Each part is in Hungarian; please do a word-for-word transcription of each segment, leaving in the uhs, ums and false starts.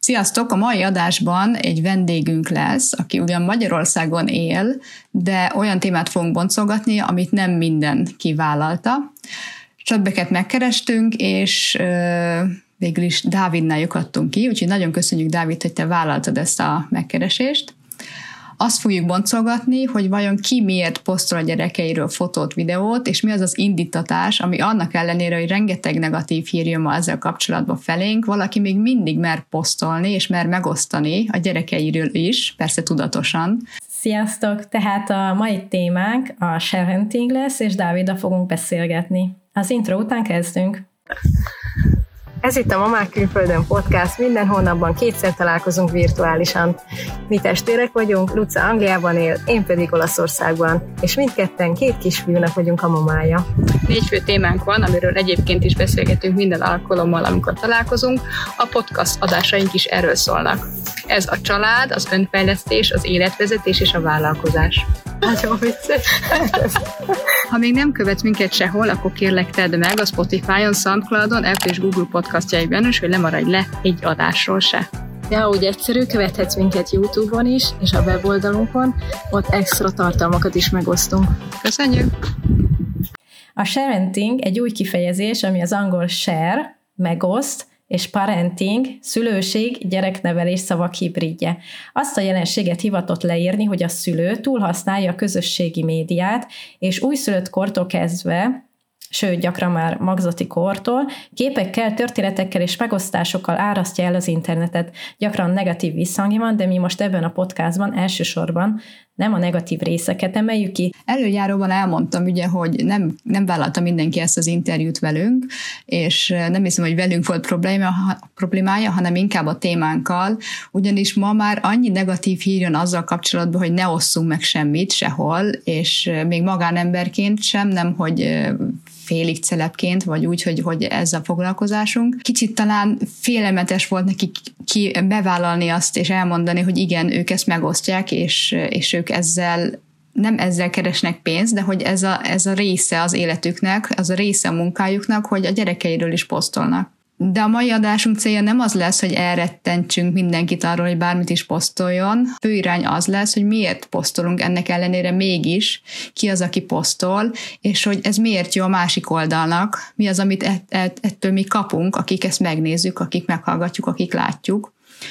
Sziasztok! A mai adásban egy vendégünk lesz, aki ugyan Magyarországon él, de olyan témát fogunk boncolgatni, amit nem mindenki vállalta. Többeket megkerestünk, és ö, végül is Dávidnál lyukadtunk ki, úgyhogy nagyon köszönjük, Dávid, hogy te vállaltad ezt a megkeresést. Azt fogjuk boncolgatni, hogy vajon ki miért posztol a gyerekeiről fotót, videót, és mi az az indítatás, ami annak ellenére, hogy rengeteg negatív hír jön ma ezzel kapcsolatban felénk, valaki még mindig mer posztolni, és mer megosztani a gyerekeiről is, persze tudatosan. Sziasztok! Tehát a mai témánk a sharenting lesz, és Dáviddal fogunk beszélgetni. Az intro után kezdünk. Ez itt a Mamák Külföldön podcast, minden hónapban kétszer találkozunk virtuálisan. Mi testvérek vagyunk, Luca Angliában él, én pedig Olaszországban, és mindketten két kisfiúnak vagyunk a mamája. Négy fő témánk van, amiről egyébként is beszélgetünk minden alkalommal, amikor találkozunk. A podcast adásaink is erről szólnak. Ez a család, az önfejlesztés, az életvezetés és a vállalkozás. Nagyon vicces. Ha még nem követsz minket sehol, akkor kérlek tedd meg a Spotify-on, Soundcloud-on, Apple és Google podcastjaikban is, hogy lemaradj le egy adásról se. Ja, úgy egyszerű, követhetsz minket YouTube-on is, és a weboldalunkon, ott extra tartalmakat is megosztunk. Köszönjük! A sharenting egy új kifejezés, ami az angol share, megoszt, és parenting, szülőség, gyereknevelés szavak hibridje. Azt a jelenséget hivatott leírni, hogy a szülő túlhasználja a közösségi médiát, és újszülött kortól kezdve, sőt, gyakran már magzati kortól, képekkel, történetekkel és megosztásokkal árasztja el az internetet. Gyakran negatív visszhangja van, de mi most ebben a podcastban elsősorban nem a negatív részeket emeljük ki. Előjáróban elmondtam ugye, hogy nem, nem vállalta mindenki ezt az interjút velünk, és nem hiszem, hogy velünk volt probléma, problémája, hanem inkább a témánkkal, ugyanis ma már annyi negatív hír jön azzal kapcsolatban, hogy ne osszunk meg semmit sehol, és még magánemberként sem, nem, hogy félig celebként, vagy úgy, hogy, hogy ezzel foglalkozásunk. Kicsit talán félelmetes volt neki ki bevállalni azt, és elmondani, hogy igen, ők ezt megosztják, és, és ők ezzel nem ezzel keresnek pénzt, de hogy ez a, ez a része az életüknek, az a része a munkájuknak, hogy a gyerekeiről is posztolnak. De a mai adásunk célja nem az lesz, hogy elrettentsünk mindenkit arról, hogy bármit is posztoljon. Fő irány az lesz, hogy miért posztolunk ennek ellenére mégis, ki az, aki posztol, és hogy ez miért jó a másik oldalnak, mi az, amit ett, ett, ettől mi kapunk, akik ezt megnézzük, akik meghallgatjuk, akik látjuk.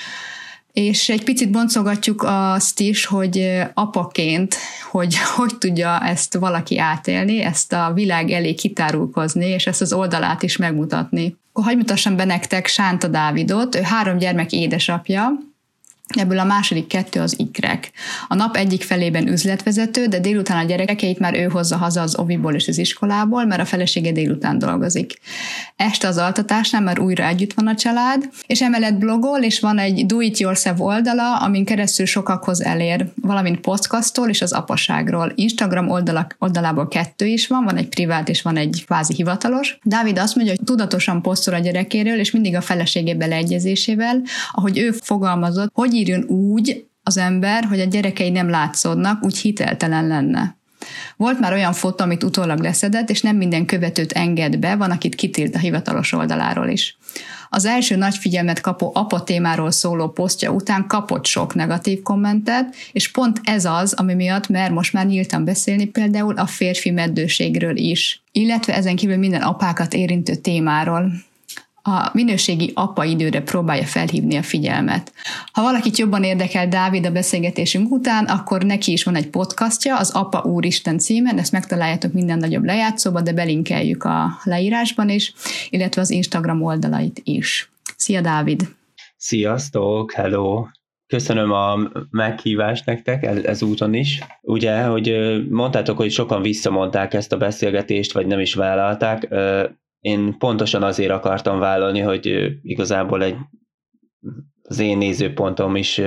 És egy picit boncolgatjuk azt is, hogy apaként, hogy hogy tudja ezt valaki átélni, ezt a világ elé kitárulkozni, és ezt az oldalát is megmutatni. Akkor hadd mutassam be nektek Sánta Dávidot, ő három gyermek édesapja, ebből a második kettő az ikrek. A nap egyik felében üzletvezető, de délután a gyerekeit már ő hozza haza az oviból és az iskolából, mert a felesége délután dolgozik. Este az altatásnál már újra együtt van a család, és emellett blogol, és van egy do it yourself oldala, amin keresztül sokakhoz elér, valamint podcastól és az apaságról. Instagram oldalak, oldalából kettő is van, van egy privát és van egy kvázi hivatalos. Dávid azt mondja, hogy tudatosan posztol a gyerekéről, és mindig a feleségé beleegyezésével, ahogy ő fogalmazott, hogy írjon úgy az ember, hogy a gyerekei nem látszódnak, úgy hiteltelen lenne. Volt már olyan fotó, amit utólag leszedett, és nem minden követőt enged be, van, akit kitilt a hivatalos oldaláról is. Az első nagy figyelmet kapó apa témáról szóló posztja után kapott sok negatív kommentet, és pont ez az, ami miatt mer most már nyíltan beszélni például a férfi meddőségről is, illetve ezen kívül minden apákat érintő témáról. A minőségi apaidőre próbálja felhívni a figyelmet. Ha valakit jobban érdekel Dávid a beszélgetésünk után, akkor neki is van egy podcastja, az Apa Úristen címen, ezt megtaláljátok minden nagyobb lejátszóban, de belinkeljük a leírásban is, illetve az Instagram oldalait is. Szia, Dávid! Sziasztok, hello! Köszönöm a meghívást nektek ezúton is. Ugye, hogy mondtátok, hogy sokan visszamondták ezt a beszélgetést, vagy nem is vállalták. Én pontosan azért akartam vállalni, hogy igazából egy, az én nézőpontom is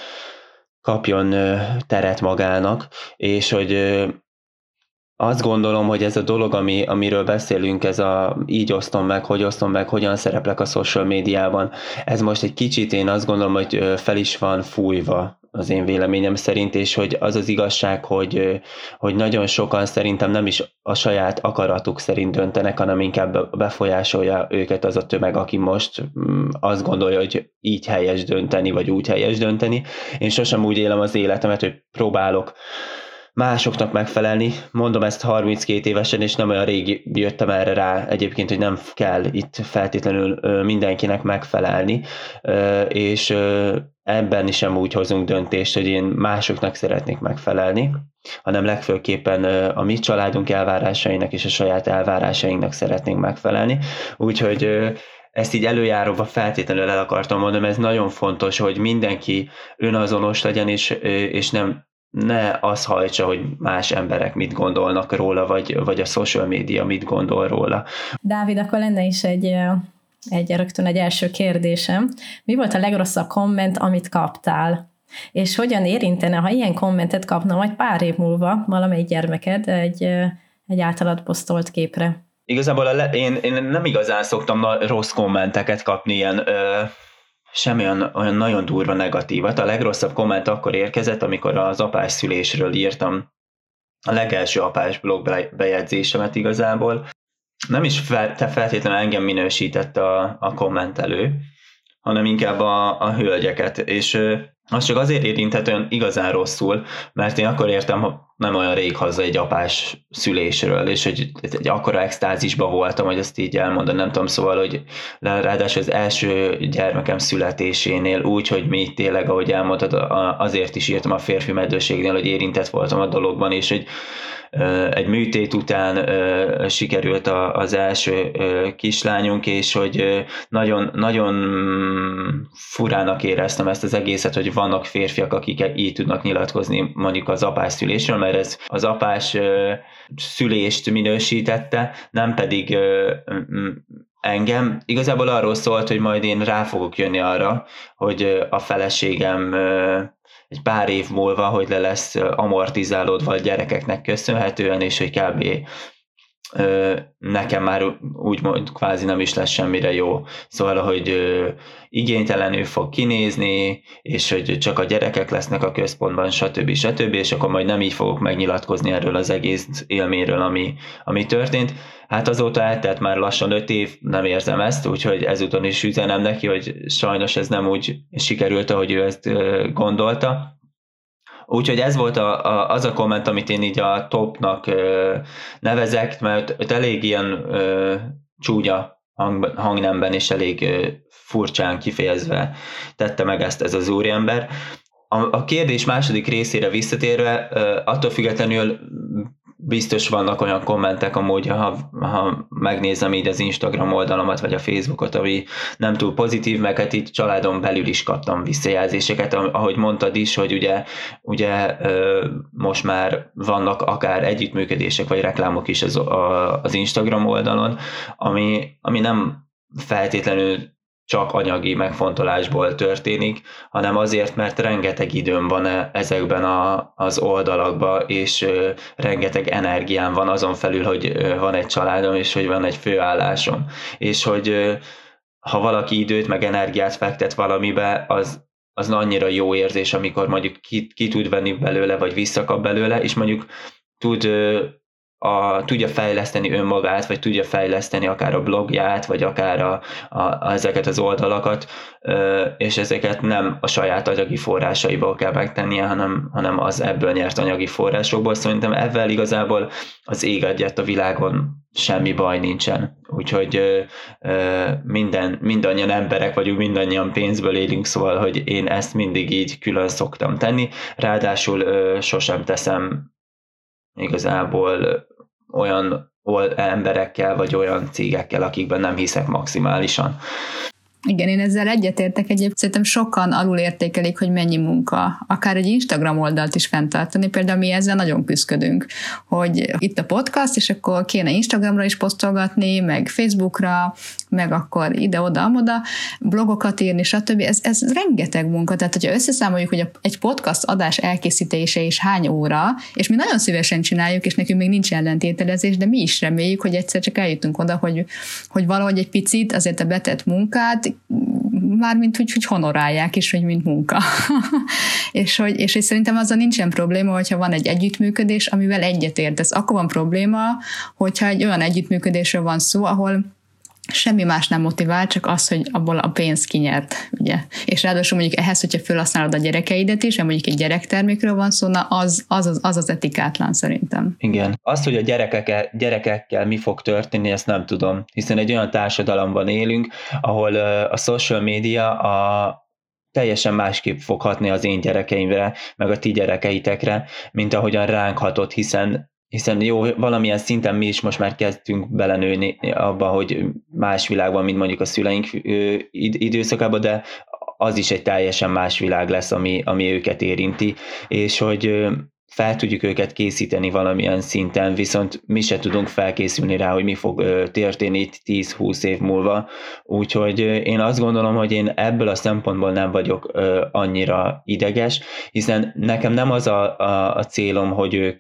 kapjon teret magának, és hogy azt gondolom, hogy ez a dolog, ami, amiről beszélünk, ez a így osztom meg, hogy osztom meg, hogyan szereplek a social médiában, ez most egy kicsit én azt gondolom, hogy fel is van fújva az én véleményem szerint, és hogy az az igazság, hogy, hogy nagyon sokan szerintem nem is a saját akaratuk szerint döntenek, hanem inkább befolyásolja őket az a tömeg, aki most azt gondolja, hogy így helyes dönteni, vagy úgy helyes dönteni. Én sosem úgy élem az életemet, hogy próbálok másoknak megfelelni. Mondom ezt harminckét évesen, és nem olyan rég jöttem erre rá egyébként, hogy nem kell itt feltétlenül mindenkinek megfelelni, és ebben is sem úgy hozunk döntést, hogy én másoknak szeretnék megfelelni, hanem legfőképpen a mi családunk elvárásainak és a saját elvárásainknak szeretnénk megfelelni. Úgyhogy ezt így előjáróba feltétlenül el akartam mondani, ez nagyon fontos, hogy mindenki önazonos legyen, és, és nem ne az hajtsa, hogy más emberek mit gondolnak róla, vagy, vagy a social media mit gondol róla. Dávid, akkor lenne is egy, egy rögtön egy első kérdésem. Mi volt a legrosszabb komment, amit kaptál? És hogyan érintene, ha ilyen kommentet kapna majd pár év múlva valamelyik gyermeked egy, egy általad posztolt képre? Igazából a le, én, én nem igazán szoktam na, rossz kommenteket kapni, ilyen ö, semmi olyan, olyan nagyon durva negatívat. A legrosszabb komment akkor érkezett, amikor az apás szülésről írtam a legelső apás blog bejegyzésemet igazából. Nem is fel, te feltétlenül engem minősített a, a kommentelő, hanem inkább a, a hölgyeket, és ö, az csak azért érintett olyan igazán rosszul, mert én akkor értem, hogy nem olyan rég haza egy apás szülésről, és hogy egy akkora extázisban voltam, hogy ezt így elmondani, nem tudom, szóval, hogy ráadásul az első gyermekem születésénél úgy, hogy mi tényleg, ahogy elmondtad, azért is írtam a férfi meddőségnél, hogy érintett voltam a dologban, és hogy egy műtét után sikerült az első kislányunk, és hogy nagyon, nagyon furának éreztem ezt az egészet, hogy vannak férfiak, akik így tudnak nyilatkozni mondjuk az apás szülésről, mert ez az apás szülést minősítette, nem pedig engem. Igazából arról szólt, hogy majd én rá fogok jönni arra, hogy a feleségem egy pár év múlva, hogy le lesz amortizálódva a gyerekeknek köszönhetően, és hogy kb. Nekem már úgymond kvázi nem is lesz semmire jó. Szóval, hogy igénytelenül fog kinézni, és hogy csak a gyerekek lesznek a központban, stb. stb. És akkor majd nem így fogok megnyilatkozni erről az egész élményről, ami, ami történt. Hát azóta eltelt már lassan öt év, nem érzem ezt, úgyhogy ezúton is üzenem neki, hogy sajnos ez nem úgy sikerült, ahogy ő ezt gondolta. Úgyhogy ez volt a, a, az a komment, amit én így a topnak ö, nevezek, mert ott elég ilyen ö, csúnya hang, hangnemben és elég ö, furcsán kifejezve tette meg ezt ez az úriember. A, a kérdés második részére visszatérve, ö, attól függetlenül biztos vannak olyan kommentek amúgy, ha, ha megnézem így az Instagram oldalamat, vagy a Facebookot, ami nem túl pozitív, meg hát itt családon belül is kaptam visszajelzéseket, ahogy mondtad is, hogy ugye, ugye most már vannak akár együttműködések, vagy reklámok is az, az Instagram oldalon, ami, ami nem feltétlenül csak anyagi megfontolásból történik, hanem azért, mert rengeteg időm van ezekben a, az oldalakban, és rengeteg energiám van azon felül, hogy van egy családom, és hogy van egy főállásom. És hogy ha valaki időt meg energiát fektet valamibe, az, az annyira jó érzés, amikor mondjuk ki, ki tud venni belőle, vagy visszakap belőle, és mondjuk tud... A, tudja fejleszteni önmagát, vagy tudja fejleszteni akár a blogját, vagy akár a, a, a, ezeket az oldalakat, és ezeket nem a saját anyagi forrásaiból kell megtennie, hanem, hanem az ebből nyert anyagi forrásokból. Szerintem ezzel igazából az ég egyet a világon semmi baj nincsen. Úgyhogy minden, mindannyian emberek vagyunk, mindannyian pénzből élünk, szóval, hogy én ezt mindig így külön szoktam tenni. Ráadásul sosem teszem igazából olyan emberekkel, vagy olyan cégekkel, akikben nem hiszek maximálisan. Igen, én ezzel egyetértek egyébként. Szerintem sokan alulértékelik, hogy mennyi munka. Akár egy Instagram oldalt is fenntartani. Például mi ezzel nagyon küzdködünk, hogy itt a podcast, és akkor kéne Instagramra is posztolgatni, meg Facebookra, meg akkor ide-oda-amoda, blogokat írni, stb. Ez, ez rengeteg munka. Tehát, hogyha összeszámoljuk, hogy egy podcast adás elkészítése is hány óra, és mi nagyon szívesen csináljuk, és nekünk még nincs ellentételezés, de mi is reméljük, hogy egyszer csak eljutunk oda, hogy, hogy valahogy egy picit azért a betett munkát mármint úgy, hogy honorálják is, hogy mint munka. és, hogy, és hogy szerintem azzal nincsen probléma, hogyha van egy együttműködés, amivel egyetértesz. Akkor van probléma, hogyha egy olyan együttműködésről van szó, ahol semmi más nem motivál, csak az, hogy abból a pénzt kinyert, ugye. És ráadásul mondjuk ehhez, hogyha felhasználod a gyerekeidet is, mert mondjuk egy gyerektermékről van szó, na az az, az, az, az etikátlan szerintem. Igen. Azt, hogy a gyerekekkel, gyerekekkel mi fog történni, ezt nem tudom, hiszen egy olyan társadalomban élünk, ahol a social media a teljesen másképp fog hatni az én gyerekeimre, meg a ti gyerekeitekre, mint ahogyan ránk hatott, hiszen hiszen jó, valamilyen szinten mi is most már kezdtünk belenőni abba, hogy más világban, mint mondjuk a szüleink időszakában, de az is egy teljesen más világ lesz, ami, ami őket érinti, és hogy fel tudjuk őket készíteni valamilyen szinten, viszont mi se tudunk felkészülni rá, hogy mi fog történni itt tíz-húsz év múlva. Úgyhogy én azt gondolom, hogy én ebből a szempontból nem vagyok annyira ideges, hiszen nekem nem az a, a, a célom, hogy ők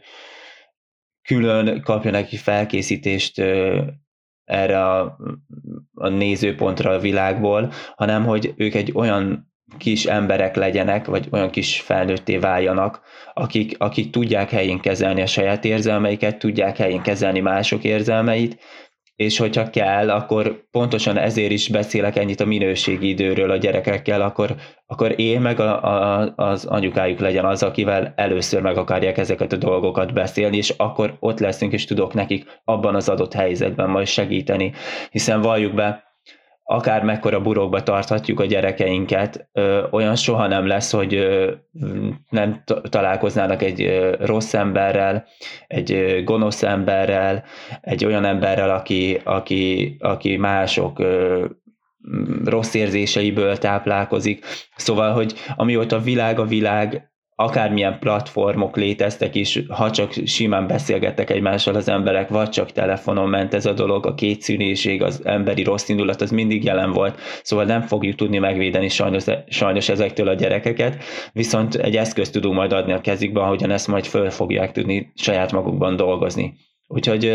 külön kapjanak ki felkészítést erre a, a nézőpontra a világból, hanem hogy ők egy olyan kis emberek legyenek, vagy olyan kis felnőtté váljanak, akik, akik tudják helyén kezelni a saját érzelmeiket, tudják helyén kezelni mások érzelmeit, és hogyha kell, akkor pontosan ezért is beszélek ennyit a minőségi időről a gyerekekkel, akkor, akkor én meg a, a, az anyukájuk legyen az, akivel először meg akarják ezeket a dolgokat beszélni, és akkor ott leszünk, és tudok nekik abban az adott helyzetben majd segíteni, hiszen valljuk be, akár mekkora burokba tarthatjuk a gyerekeinket, ö, olyan soha nem lesz, hogy ö, nem t- találkoznának egy ö, rossz emberrel, egy ö, gonosz emberrel, egy olyan emberrel, aki, aki, aki mások ö, rossz érzéseiből táplálkozik. Szóval, hogy amióta világ a világ, akármilyen platformok léteztek is, ha csak simán beszélgettek egymással az emberek, vagy csak telefonon ment ez a dolog, a kétszínűség, az emberi rossz indulat, az mindig jelen volt, szóval nem fogjuk tudni megvédeni sajnos, sajnos ezektől a gyerekeket, viszont egy eszközt tudunk majd adni a kezükbe, ahogyan ezt majd föl fogják tudni saját magukban dolgozni. Úgyhogy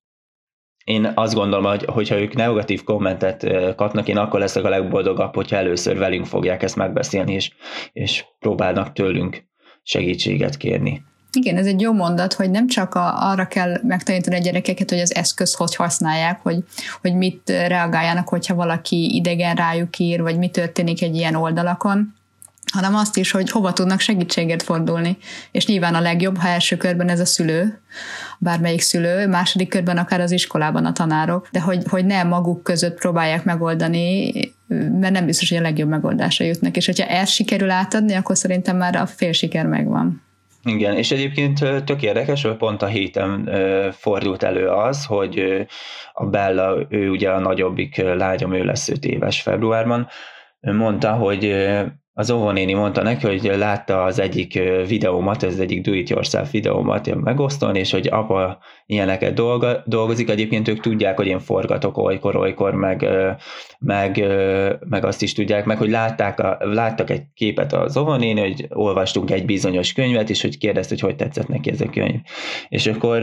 én azt gondolom, hogy hogyha ők negatív kommentet kapnak, én akkor leszek a legboldogabb, hogyha először velünk fogják ezt megbeszélni, és, és próbálnak tőlünk segítséget kérni. Igen, ez egy jó mondat, hogy nem csak a, arra kell megtanítani a gyerekeket, hogy az eszközt hogy használják, hogy, hogy mit reagáljanak, hogyha valaki idegen rájuk ír, vagy mi történik egy ilyen oldalakon, hanem azt is, hogy hova tudnak segítséget fordulni. És nyilván a legjobb, ha első körben ez a szülő, bármelyik szülő, második körben akár az iskolában a tanárok, de hogy, hogy nem maguk között próbálják megoldani, mert nem biztos, hogy a legjobb megoldásra jutnak. És hogyha ezt sikerül átadni, akkor szerintem már a fél siker megvan. Igen, és egyébként tök érdekes, hogy pont a héten fordult elő az, hogy a Bella, ő ugye a nagyobbik lányom, ő lesz öt éves februárban, mondta, hogy az óvónéni mondta neki, hogy látta az egyik videómat, ez az egyik do-it-yourself videómat megosztani, és hogy apa ilyeneket dolga, dolgozik. Egyébként ők tudják, hogy én forgatok olykor-olykor, meg, meg, meg azt is tudják, meg hogy látták a, láttak egy képet az óvónéni, hogy olvastunk egy bizonyos könyvet, és hogy kérdezte, hogy hogy tetszett neki ez a könyv. És akkor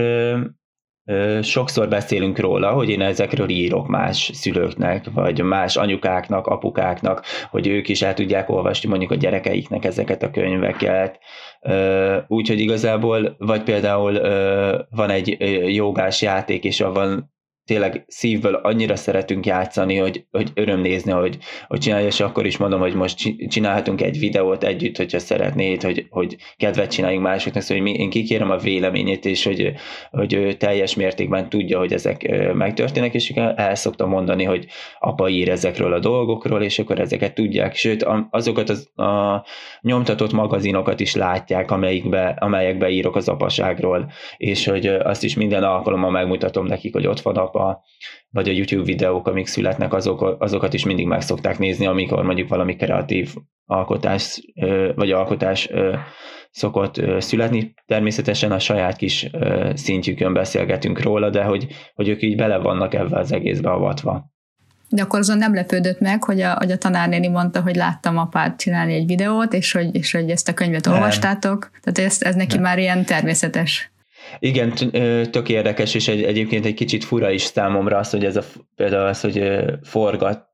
sokszor beszélünk róla, hogy én ezekről írok más szülőknek, vagy más anyukáknak, apukáknak, hogy ők is el tudják olvasni mondjuk a gyerekeiknek ezeket a könyveket. Úgyhogy igazából, vagy például van egy jogás játék, és avval tényleg szívből annyira szeretünk játszani, hogy, hogy öröm nézni, hogy, hogy csinálja, és akkor is mondom, hogy most csinálhatunk egy videót együtt, hogyha szeretnéd, hogy, hogy kedvet csináljunk másoknak, szóval hogy én kikérem a véleményét, és hogy, hogy ő teljes mértékben tudja, hogy ezek megtörténnek, és el szoktam mondani, hogy apa ír ezekről a dolgokról, és akkor ezeket tudják, sőt azokat az, a nyomtatott magazinokat is látják, amelyikbe, amelyekbe írok az apaságról, és hogy azt is minden alkalommal megmutatom nekik, hogy ott van apa, vagy a YouTube videók, amik születnek, azok, azokat is mindig meg szokták nézni, amikor mondjuk valami kreatív alkotás, vagy alkotás szokott születni. Természetesen a saját kis szintjükön beszélgetünk róla, de hogy, hogy ők így bele vannak ebben az egészbe avatva. De akkor azon nem lepődött meg, hogy a, hogy a tanárnéni mondta, hogy láttam apát csinálni egy videót, és hogy, és hogy ezt a könyvet nem. olvastátok. Tehát ez, ez neki nem. Már ilyen természetes. Igen, tök érdekes, és egy, egyébként egy kicsit fura is számomra az, hogy ez a, például az, hogy forgat,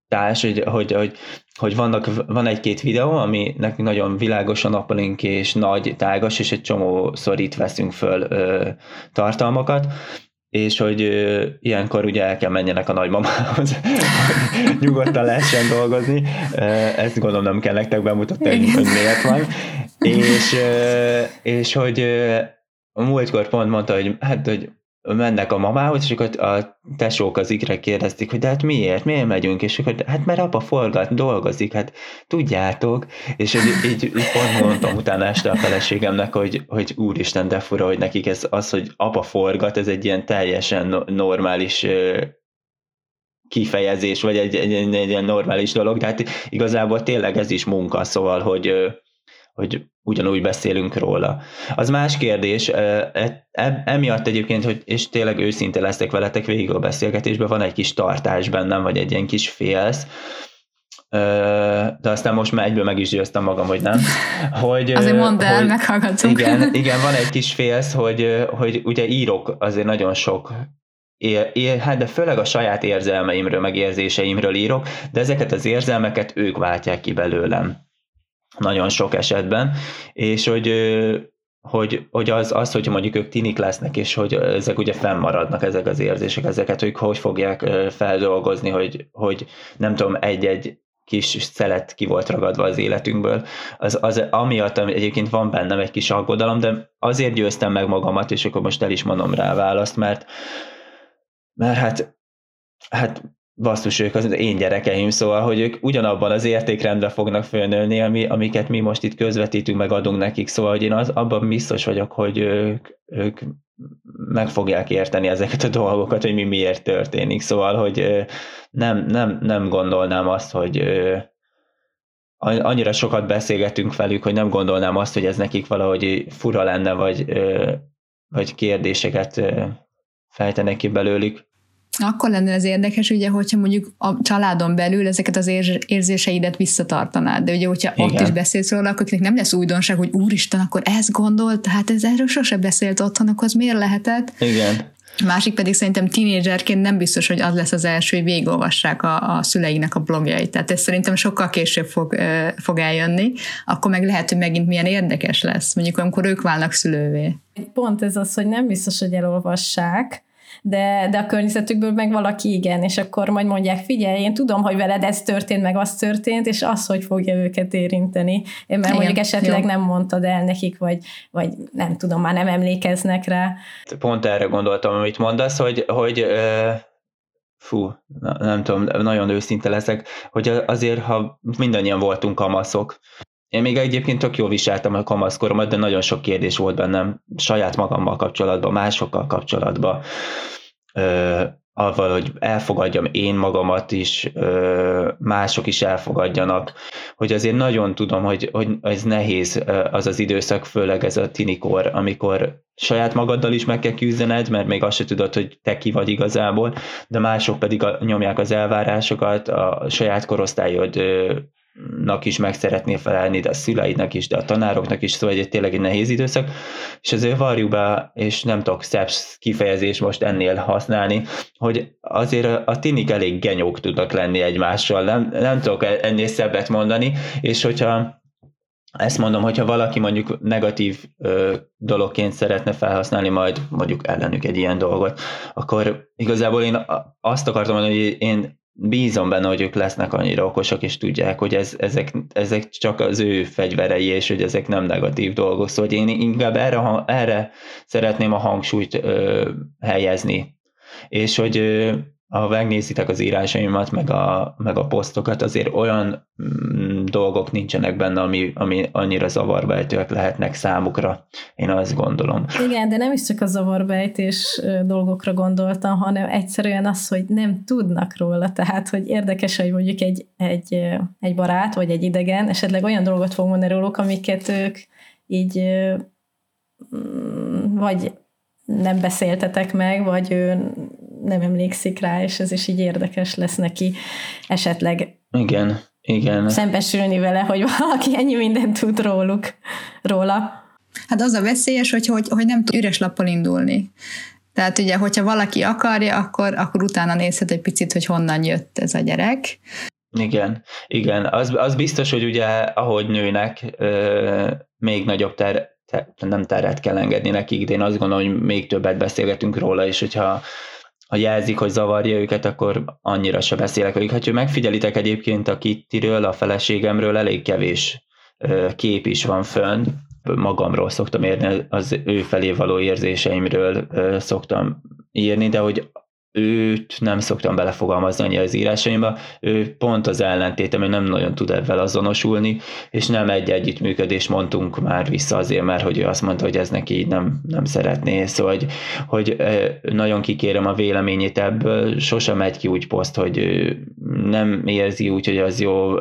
társ, hogy, hogy, hogy, hogy vannak, van egy-két videó, ami nekünk nagyon világosan nappalink és nagy, tágas, és egy csomószor itt veszünk föl ö, tartalmakat, és hogy ö, ilyenkor ugye el kell menjenek a nagymamához, nyugodtan lehessen dolgozni. Ezt gondolom nem kell nektek bemutatni, hogy miért van. És, ö, és hogy ö, a múltkor pont mondta, hogy hát, hogy mennek a mamához, és akkor a tesók az ikre kérdezték, hogy de hát miért, miért megyünk, és akkor hát mert apa forgat, dolgozik, hát tudjátok, és így, így, így pont mondtam utána este a feleségemnek, hogy, hogy úristen, de fura, hogy nekik ez az, hogy apa forgat, ez egy ilyen teljesen normális kifejezés, vagy egy, egy, egy, egy ilyen normális dolog, de hát igazából tényleg ez is munka, szóval, hogy hogy ugyanúgy beszélünk róla. Az más kérdés, emiatt egyébként, hogy, és tényleg őszinte leszek veletek végig a beszélgetésben, van egy kis tartás bennem, vagy egy ilyen kis félsz, de aztán most már egyből meg is győztem magam, hogy nem. Hogy, azért mondd el, meghallgatunk. Igen, igen, van egy kis félsz, hogy, hogy ugye írok azért nagyon sok É, é, hát de főleg a saját érzelmeimről, meg érzéseimről írok, de ezeket az érzelmeket ők váltják ki belőlem. Nagyon sok esetben, és hogy, hogy, hogy az, az, hogy mondjuk ők tinik lesznek, és hogy ezek ugye fennmaradnak, ezek az érzések, ezeket ők hogy fogják feldolgozni, hogy, hogy nem tudom, egy-egy kis szelet ki volt ragadva az életünkből. Az, az amiatt egyébként van bennem egy kis aggodalom, de azért győztem meg magamat, és akkor most el is mondom rá választ, mert, mert hát, hát basszus, ők az én gyerekeim, szóval, hogy ők ugyanabban az értékrendben fognak fölnőni, ami, amiket mi most itt közvetítünk, meg adunk nekik, szóval, hogy én az, abban biztos vagyok, hogy ők, ők meg fogják érteni ezeket a dolgokat, hogy mi miért történik, szóval, hogy nem, nem, nem gondolnám azt, hogy annyira sokat beszélgetünk velük, hogy nem gondolnám azt, hogy ez nekik valahogy fura lenne, vagy, vagy kérdéseket fejtenek ki belőlük. Akkor lenne ez érdekes, ugye, hogyha mondjuk a családon belül ezeket az érzéseidet visszatartanád, de ugye, hogyha igen. Ott is beszélsz róla, akkor nem lesz újdonság, hogy úristen, akkor ezt gondolt, hát ez erről sose beszélt otthon, akkor az miért lehetett? Igen. Másik pedig szerintem tínédzserként nem biztos, hogy az lesz az első, hogy végigolvassák a, a szüleiknek a blogjait. Tehát ez szerintem sokkal később fog, uh, fog eljönni, akkor meg lehet, hogy megint milyen érdekes lesz, mondjuk amikor ők válnak szülővé. Pont ez az, hogy nem biztos, hogy elolvassák, De, de a környezetükből meg valaki igen, és akkor majd mondják, figyelj, én tudom, hogy veled ez történt, meg az történt, és az, hogy fogja őket érinteni. Én mert igen, mondjuk esetleg jó. Nem mondtad el nekik, vagy, vagy nem tudom, már nem emlékeznek rá. Pont erre gondoltam, amit mondasz, hogy, hogy uh, fú, nem tudom, nagyon őszinte leszek, hogy azért, ha mindannyian voltunk kamaszok, én még egyébként tök jól viseltem a kamaszkoromat, de nagyon sok kérdés volt bennem saját magammal kapcsolatban, másokkal kapcsolatban, ö, avval, hogy elfogadjam én magamat is, ö, mások is elfogadjanak, hogy azért nagyon tudom, hogy, hogy ez nehéz az az időszak, főleg ez a tinikor, amikor saját magaddal is meg kell küzdened, mert még azt se tudod, hogy te ki vagy igazából, de mások pedig a, nyomják az elvárásokat, a saját korosztályod ö, nak is meg szeretnél felelni, de a szüleidnek is, de a tanároknak is, szóval egy tényleg egy nehéz időszak, és azért varjuk be, és nem tudok szebb kifejezés most ennél használni, hogy azért a tinik elég genyók tudnak lenni egymással, nem, nem tudok ennél szebbet mondani, és hogyha ezt mondom, hogyha valaki mondjuk negatív ö, dologként szeretne felhasználni majd mondjuk ellenük egy ilyen dolgot, akkor igazából én azt akartam mondani, hogy én bízom benne, hogy ők lesznek annyira okosak, és tudják, hogy ez, ezek, ezek csak az ő fegyverei, és hogy ezek nem negatív dolgok. Szóval én inkább erre, erre szeretném a hangsúlyt ö, helyezni. És hogy ö, ha megnézitek az írásaimat, meg a, meg a posztokat, azért olyan mm, dolgok nincsenek benne, ami, ami annyira zavarbejtőek lehetnek számukra. Én azt gondolom. Igen, de nem is csak a zavarbejtés dolgokra gondoltam, hanem egyszerűen az, hogy nem tudnak róla. Tehát, hogy érdekes, hogy mondjuk egy, egy, egy barát, vagy egy idegen esetleg olyan dolgot fog mondani róluk, amiket ők így vagy nem beszéltetek meg, vagy ő nem emlékszik rá, és ez is így érdekes lesz neki esetleg igen, igen. szembesülni vele, hogy valaki ennyi mindent tud róluk, róla. Hát az a veszélyes, hogy, hogy, hogy nem tud üres lappal indulni. Tehát ugye, hogyha valaki akarja, akkor, akkor utána nézhet egy picit, hogy honnan jött ez a gyerek. Igen, igen. Az, az biztos, hogy ugye ahogy nőnek, ö, még nagyobb ter, ter, nem teret kell engedni nekik, de én azt gondolom, hogy még többet beszélgetünk róla, és hogyha ha jelzik, hogy zavarja őket, akkor annyira se beszélek velük. Ha megfigyelitek egyébként a Kittiről, a feleségemről, elég kevés ö, kép is van fönn. Magamról szoktam írni, az ő felé való érzéseimről ö, szoktam írni, de hogy őt nem szoktam belefogalmazni annyira az írásaimba, ő pont az ellentétem, ő nem nagyon tud ebben azonosulni, és nem egy együttműködést mondtunk már vissza azért, mert hogy ő azt mondta, hogy ez neki nem, nem szeretné, szóval hogy, hogy nagyon kikérem a véleményét ebből, sosem megy ki úgy poszt, hogy nem érzi úgy, hogy az jó.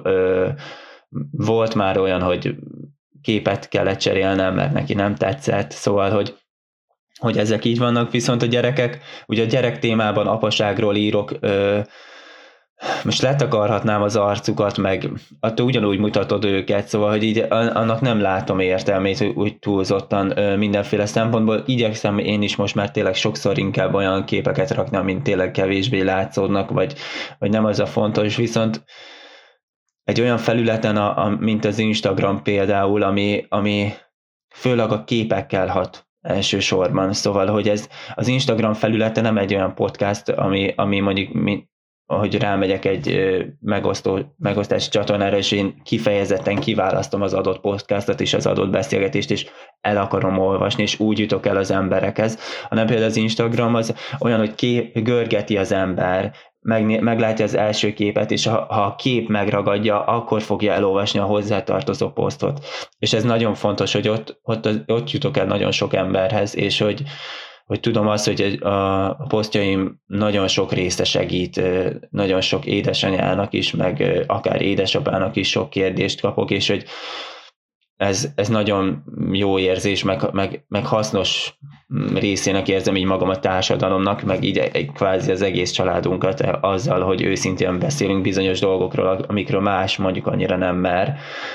Volt már olyan, hogy képet kellett cserélnem, mert neki nem tetszett, szóval, hogy hogy ezek így vannak, viszont a gyerekek, ugye a gyerek témában apaságról írok, ö, most letakarhatnám az arcukat, meg attól ugyanúgy mutatod őket, szóval, hogy így annak nem látom értelmét, hogy úgy túlzottan ö, mindenféle szempontból. Igyekszem én is most már tényleg sokszor inkább olyan képeket rakni, amint tényleg kevésbé látszódnak, vagy, vagy nem az a fontos, viszont egy olyan felületen, a, a, mint az Instagram például, ami, ami főleg a képekkel hat elsősorban, szóval, hogy ez az Instagram felülete nem egy olyan podcast, ami, ami mondjuk, mi, ahogy rámegyek egy megosztó, megosztási csatornára, és én kifejezetten kiválasztom az adott podcastot és az adott beszélgetést, és el akarom olvasni, és úgy jutok el az emberekhez, hanem például az Instagram az olyan, hogy kép, görgeti az ember, Meg, meglátja az első képet, és ha, ha a kép megragadja, akkor fogja elolvasni a hozzátartozó posztot. És ez nagyon fontos, hogy ott, ott, ott jutok el nagyon sok emberhez, és hogy, hogy tudom azt, hogy a posztjaim nagyon sok része segít, nagyon sok édesanyának is, meg akár édesapának is sok kérdést kapok, és hogy ez, ez nagyon jó érzés, meg, meg, meg hasznos részének érzem így magam a társadalomnak, meg így egy, kvázi az egész családunkat azzal, hogy őszintén beszélünk bizonyos dolgokról, amikről más mondjuk annyira nem mer,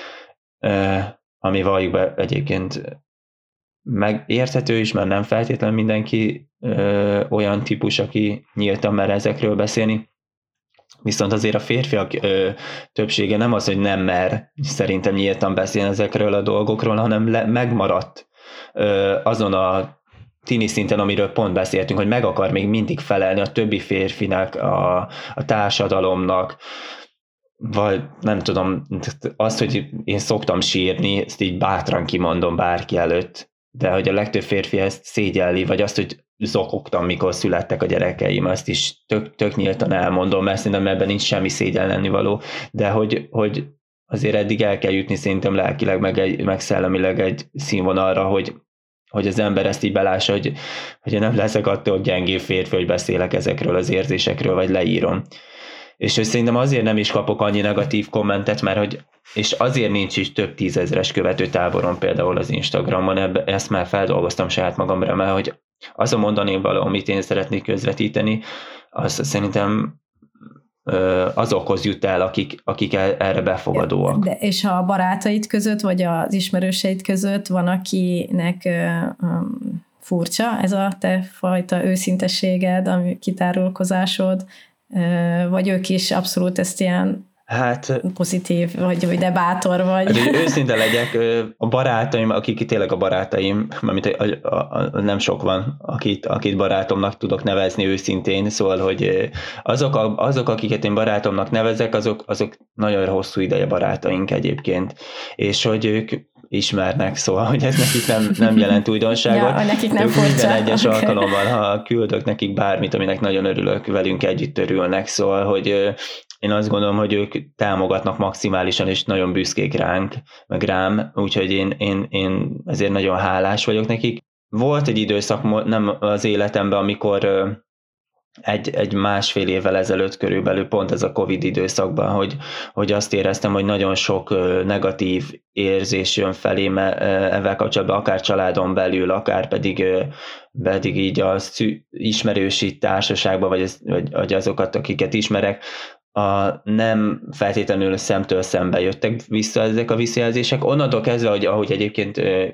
ami valljuk be egyébként megérthető is, mert nem feltétlenül mindenki olyan típus, aki nyíltan mer ezekről beszélni. Viszont azért a férfiak ö, többsége nem az, hogy nem mer szerintem nyíltan beszélni ezekről a dolgokról, hanem le, megmaradt ö, azon a tini szinten, amiről pont beszéltünk, hogy meg akar még mindig felelni a többi férfinak, a, a társadalomnak, vagy nem tudom, azt, hogy én szoktam sírni, ezt így bátran kimondom bárki előtt, de hogy a legtöbb férfi ezt szégyelli, vagy azt, hogy zokogtam, mikor születtek a gyerekeim, azt is tök, tök nyíltan elmondom, mert szerintem ebben nincs semmi szégyen lennivaló, de hogy, hogy azért eddig el kell jutni szerintem lelkileg, meg, egy, meg szellemileg egy színvonalra, hogy, hogy az ember ezt így belássa, hogy, hogy én nem leszek attól gyengébb férfi, hogy beszélek ezekről az érzésekről, vagy leírom. És hogy szerintem azért nem is kapok annyi negatív kommentet, mert hogy, és azért nincs is több tízezres követőtáboron például az Instagramon, ebbe, ezt már feldolgoztam saját magamra, mert hogy az a mondani való, amit én szeretnék közvetíteni, az szerintem azokhoz jut el, akik, akik erre befogadóak. De, és ha a barátaid között, vagy az ismerőseid között van, akinek um, furcsa ez a te fajta őszintességed, a kitárulkozásod, vagy ők is abszolút ezt ilyen hát, pozitív, vagy, vagy de bátor vagy. Hát, hogy őszinte legyek, a barátaim, akik tényleg a barátaim, mert a, a, a, nem sok van, akit, akit barátomnak tudok nevezni őszintén, szóval, hogy azok, a, azok akiket én barátomnak nevezek, azok, azok nagyon hosszú ideje barátaink egyébként, és hogy ők ismernek, szóval, hogy ez nekik nem, nem jelent újdonságot. Ja, nekik nem furcsa. Minden egyes okay. alkalommal, ha küldök nekik bármit, aminek nagyon örülök, velünk együtt örülnek, szóval, hogy én azt gondolom, hogy ők támogatnak maximálisan, és nagyon büszkék ránk, meg rám, úgyhogy én, én, én ezért nagyon hálás vagyok nekik. Volt egy időszak nem az életemben, amikor egy, egy másfél évvel ezelőtt körülbelül pont ez a Covid időszakban, hogy, hogy azt éreztem, hogy nagyon sok negatív érzés jön felé ezzel kapcsolatban, akár családon belül, akár pedig, pedig így a ismerősi társaságban, vagy, az, vagy azokat, akiket ismerek, a nem feltétlenül szemtől szembe jöttek vissza ezek a visszajelzések. Onnantól kezdve, hogy ahogy egyébként ö,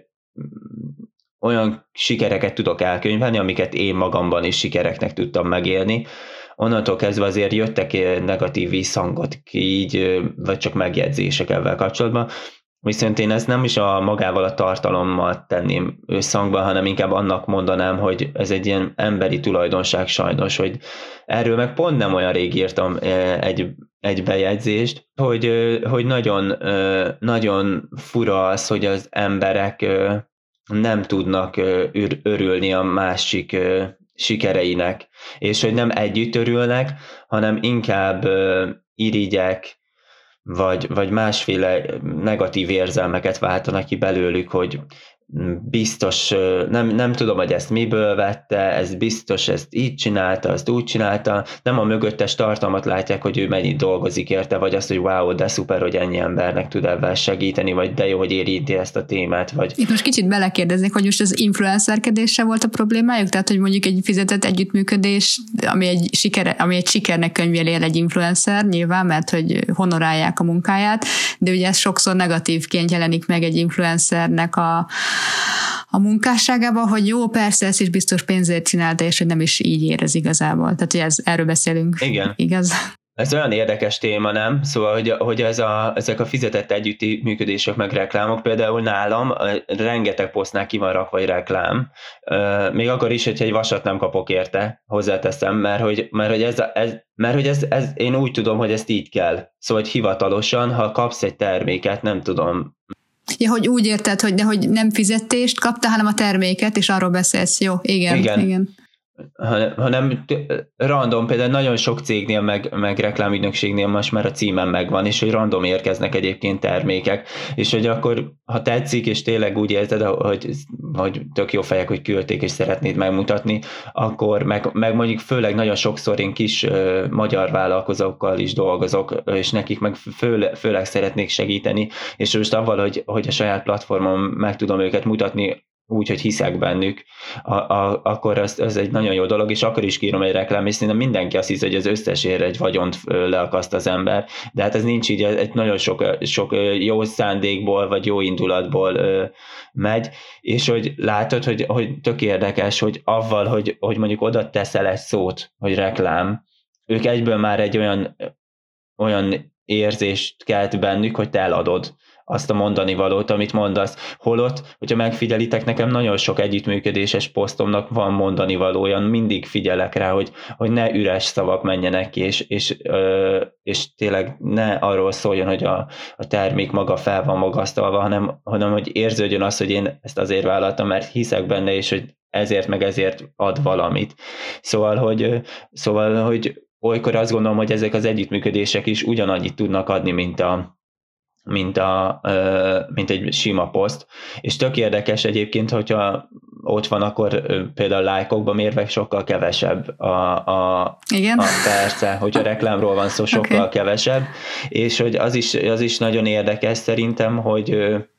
olyan sikereket tudok elkönyvelni, amiket én magamban is sikereknek tudtam megélni, onnantól kezdve azért jöttek negatív visszhangok így, vagy csak megjegyzések ebben kapcsolatban. Viszont én ezt nem is a magával a tartalommal tenném összhangban, hanem inkább annak mondanám, hogy ez egy ilyen emberi tulajdonság sajnos, hogy erről meg pont nem olyan rég írtam egy, egy bejegyzést, hogy, hogy nagyon, nagyon fura az, hogy az emberek nem tudnak örülni a másik sikereinek, és hogy nem együtt örülnek, hanem inkább irigyek, vagy, vagy másféle negatív érzelmeket váltanak ki belőlük, hogy biztos, nem, nem tudom, hogy ezt miből vette, ez biztos, ezt így csinálta, ezt úgy csinálta, nem a mögöttes tartalmat látják, hogy ő mennyit dolgozik érte, vagy azt, hogy wow, de szuper, hogy ennyi embernek tud ebben segíteni, vagy de jó, hogy érinti ezt a témát. Vagy... Itt most kicsit belekérdeznék, hogy most az influencerkedéssel volt a problémájuk, tehát, hogy mondjuk egy fizetett együttműködés, ami egy, siker, ami egy sikernek könyveli el egy influencer, nyilván, mert hogy honorálják a munkáját, de ugye ez sokszor negatívként jelenik meg egy influencernek a a munkásságában, hogy jó, persze, ezt is biztos pénzért csinálta, és hogy nem is így érez igazából. Tehát, hogy ez, erről beszélünk. Igen. Igaz? Ez olyan érdekes téma, nem? Szóval, hogy, hogy ez a, ezek a fizetett együttműködések meg reklámok, például nálam rengeteg posztnál ki van rakva egy reklám, még akkor is, hogyha egy vasat nem kapok érte, hozzáteszem, mert hogy, mert, hogy, ez, ez, mert, hogy ez, ez, én úgy tudom, hogy ezt így kell. Szóval, hogy hivatalosan, ha kapsz egy terméket, nem tudom, ja, hogy úgy érted, hogy, de hogy nem fizetést kapta, hanem a terméket, és arról beszélsz. Jó, igen. Igen. igen. hanem random, például nagyon sok cégnél, meg, meg reklámügynökségnél most már a címen megvan, és hogy random érkeznek egyébként termékek, és hogy akkor, ha tetszik, és tényleg úgy érzed, hogy, hogy tök jó fejek, hogy küldték, és szeretnéd megmutatni, akkor meg, meg mondjuk főleg nagyon sokszor én kis uh, magyar vállalkozókkal is dolgozok, és nekik meg fő, főleg szeretnék segíteni, és most avval, hogy, hogy a saját platformon meg tudom őket mutatni, úgy, hogy hiszek bennük, a, a, akkor az, az egy nagyon jó dolog, és akkor is kírom egy reklám, és szerintem mindenki azt hiszi, hogy az összesért egy vagyont leakaszt az ember, de hát ez nincs így, egy nagyon sok, sok jó szándékból, vagy jó indulatból ö, megy, és hogy látod, hogy, hogy tök érdekes, hogy avval, hogy, hogy mondjuk oda teszel egy szót, hogy reklám, ők egyből már egy olyan, olyan érzést kelt bennük, hogy te eladod azt a mondani valót, amit mondasz. Holott, hogyha megfigyelitek, nekem nagyon sok együttműködéses posztomnak van mondani valója, mindig figyelek rá, hogy, hogy ne üres szavak menjenek ki, és, és, és tényleg ne arról szóljon, hogy a, a termék maga fel van magasztalva, hanem, hanem hogy érződjön az, hogy én ezt azért vállaltam, mert hiszek benne, és hogy ezért meg ezért ad valamit. Szóval, hogy, szóval, hogy olykor azt gondolom, hogy ezek az együttműködések is ugyanannyit tudnak adni, mint a mint, a, mint egy sima poszt. És tök érdekes egyébként, hogyha ott van, akkor például lájkokba mérve sokkal kevesebb a, a, Igen? a perce, hogyha reklámról van szó, sokkal okay. kevesebb. És hogy az is, az is nagyon érdekes szerintem, hogy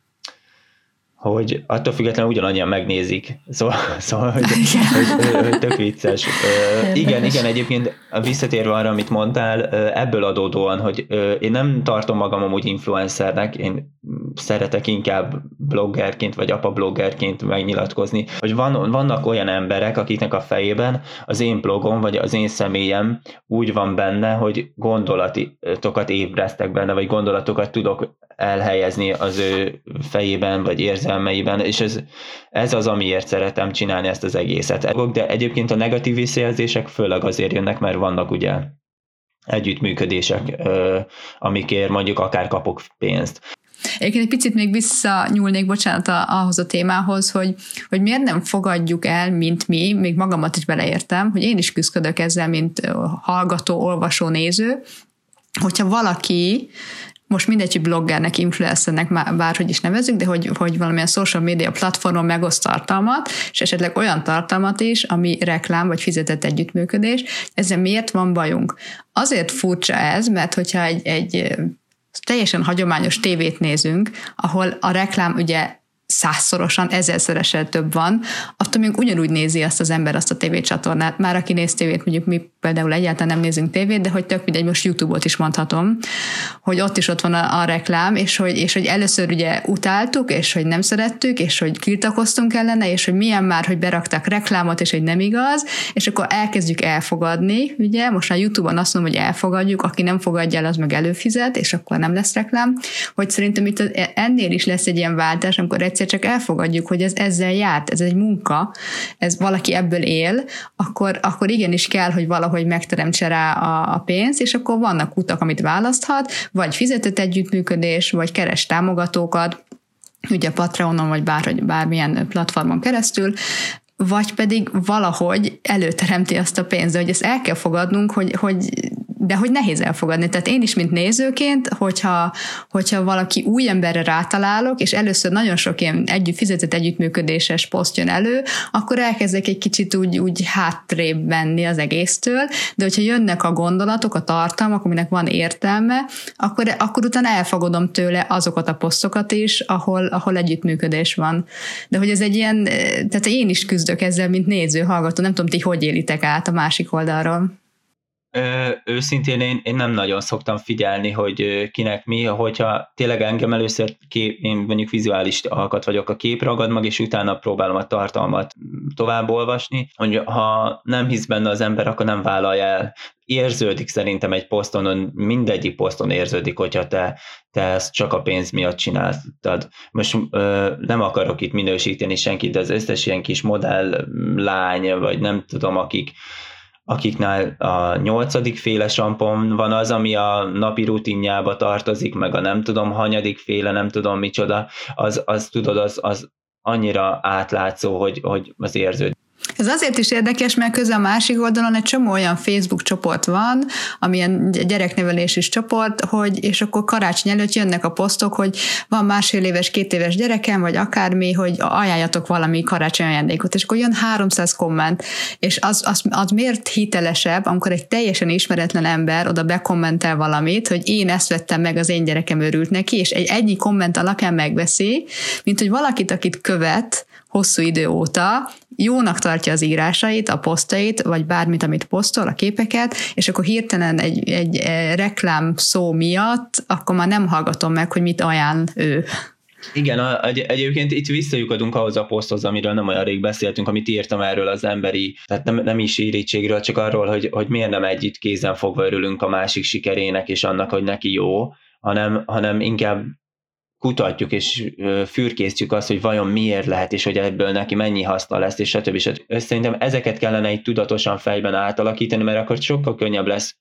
hogy attól függetlenül ugyanannyian megnézik. Szóval, szóval hogy, hogy, hogy, hogy tök vicces. Uh, igen, igen, egyébként visszatérve arra, amit mondtál, ebből adódóan, hogy én nem tartom magam amúgy influencernek, én szeretek inkább bloggerként, vagy apa-bloggerként megnyilatkozni, hogy van, vannak olyan emberek, akiknek a fejében az én blogom, vagy az én személyem úgy van benne, hogy gondolatokat ébresztek benne, vagy gondolatokat tudok elhelyezni az ő fejében, vagy érzelmeiben, és ez, ez az, amiért szeretem csinálni ezt az egészet. De egyébként a negatív visszajelzések főleg azért jönnek, mert vannak ugye együttműködések, amikért mondjuk akár kapok pénzt. Egyébként egy picit még visszanyúlnék, bocsánat, ahhoz a témához, hogy, hogy miért nem fogadjuk el, mint mi, még magamat is beleértem, hogy én is küzdök ezzel, mint hallgató, olvasó, néző, hogyha valaki most mindegy, hogy bloggernek, influencernek, bárhogy is nevezünk, de hogy, hogy valamilyen social media platformon megoszt tartalmat, és esetleg olyan tartalmat is, ami reklám vagy fizetett együttműködés, ezzel miért van bajunk? Azért furcsa ez, mert hogyha egy, egy teljesen hagyományos tévét nézünk, ahol a reklám ugye százszorosan, ezerszeresen több van, attól még ugyanúgy nézi azt az ember azt a tévécsatornát. Már aki néz tévét, mondjuk mi például egyáltalán nem nézünk tévét, de hogy tök mindegy, most YouTube-ot is mondhatom, hogy ott is ott van a, a reklám, és hogy, és hogy először ugye utáltuk, és hogy nem szerettük, és hogy tiltakoztunk ellene, és hogy milyen már, hogy beraktak reklámot, és hogy nem igaz, és akkor elkezdjük elfogadni, ugye, most a YouTube-on azt mondom, hogy elfogadjuk, aki nem fogadja el, az meg előfizet, és akkor nem lesz reklám, hogy szerintem itt ennél is lesz egy ilyen váltás, amikor egyszer csak elfogadjuk, hogy ez ezzel járt, ez egy munka, ez valaki ebből él, akkor, akkor igenis kell, hogy valahogy megteremtse rá a, a pénzt, és akkor vannak utak, amit választhat, vagy fizetett együttműködés, vagy keres támogatókat, ugye Patreonon, vagy bár, bármilyen platformon keresztül, vagy pedig valahogy előteremti azt a pénzt, de hogy ezt el kell fogadnunk, hogy, hogy de hogy nehéz elfogadni. Tehát én is, mint nézőként, hogyha, hogyha valaki új emberre rátalálok, és először nagyon sok ilyen együtt, fizetett együttműködéses poszt jön elő, akkor elkezdek egy kicsit úgy, úgy hátrébb menni az egésztől, de hogyha jönnek a gondolatok, a tartalmak, aminek van értelme, akkor, akkor utána elfogadom tőle azokat a posztokat is, ahol, ahol együttműködés van. De hogy ez egy ilyen, tehát én is küzdök ezzel, mint néző, hallgató, nem tudom, ti hogy élitek át a másik oldalról. Ö, őszintén én, én nem nagyon szoktam figyelni, hogy kinek mi, hogyha tényleg engem először kép, én mondjuk vizuális alkat vagyok, a kép ragad meg, és utána próbálom a tartalmat tovább olvasni, hogy ha nem hisz benne az ember, akkor nem vállalja el. Érződik szerintem egy poszton, mindegyik poszton érződik, hogyha te, te ezt csak a pénz miatt csináltad. Most ö, nem akarok itt minősíteni senkit, de az összes ilyen kis modell lány, vagy nem tudom, akik akiknál a nyolcadik féle sampon van az, ami a napi rutinjába tartozik, meg a nem tudom, hanyadik féle, nem tudom micsoda, az, az tudod, az, az annyira átlátszó, hogy, hogy az érződik. Ez azért is érdekes, mert közben a másik oldalon egy csomó olyan Facebook csoport van, amilyen gyereknevelési csoport, hogy, és akkor karácsony előtt jönnek a posztok, hogy van másfél éves, két éves gyerekem, vagy akármi, hogy ajánljatok valami karácsony ajándékot, és akkor jön háromszáz komment, és az, az, az miért hitelesebb, amikor egy teljesen ismeretlen ember oda bekommentel valamit, hogy én ezt vettem meg, az én gyerekem örült neki, és egy egyik komment alapján megveszi, mint hogy valakit, akit követ hosszú idő óta, jónak tartja az írásait, a posztait, vagy bármit, amit posztol, a képeket, és akkor hirtelen egy, egy reklám szó miatt, akkor már nem hallgatom meg, hogy mit ajánl ő. Igen, egy, egyébként itt visszajukadunk ahhoz a poszthoz, amiről nem olyan rég beszéltünk, amit írtam erről az emberi, tehát nem, nem is irítségről, csak arról, hogy, hogy miért nem együtt kézen fogva örülünk a másik sikerének és annak, hogy neki jó, hanem, hanem inkább kutatjuk és fürkésztjük azt, hogy vajon miért lehet, és hogy ebből neki mennyi haszna lesz, és stb. stb. Szerintem ezeket kellene így tudatosan fejben átalakítani, mert akkor sokkal könnyebb lesz,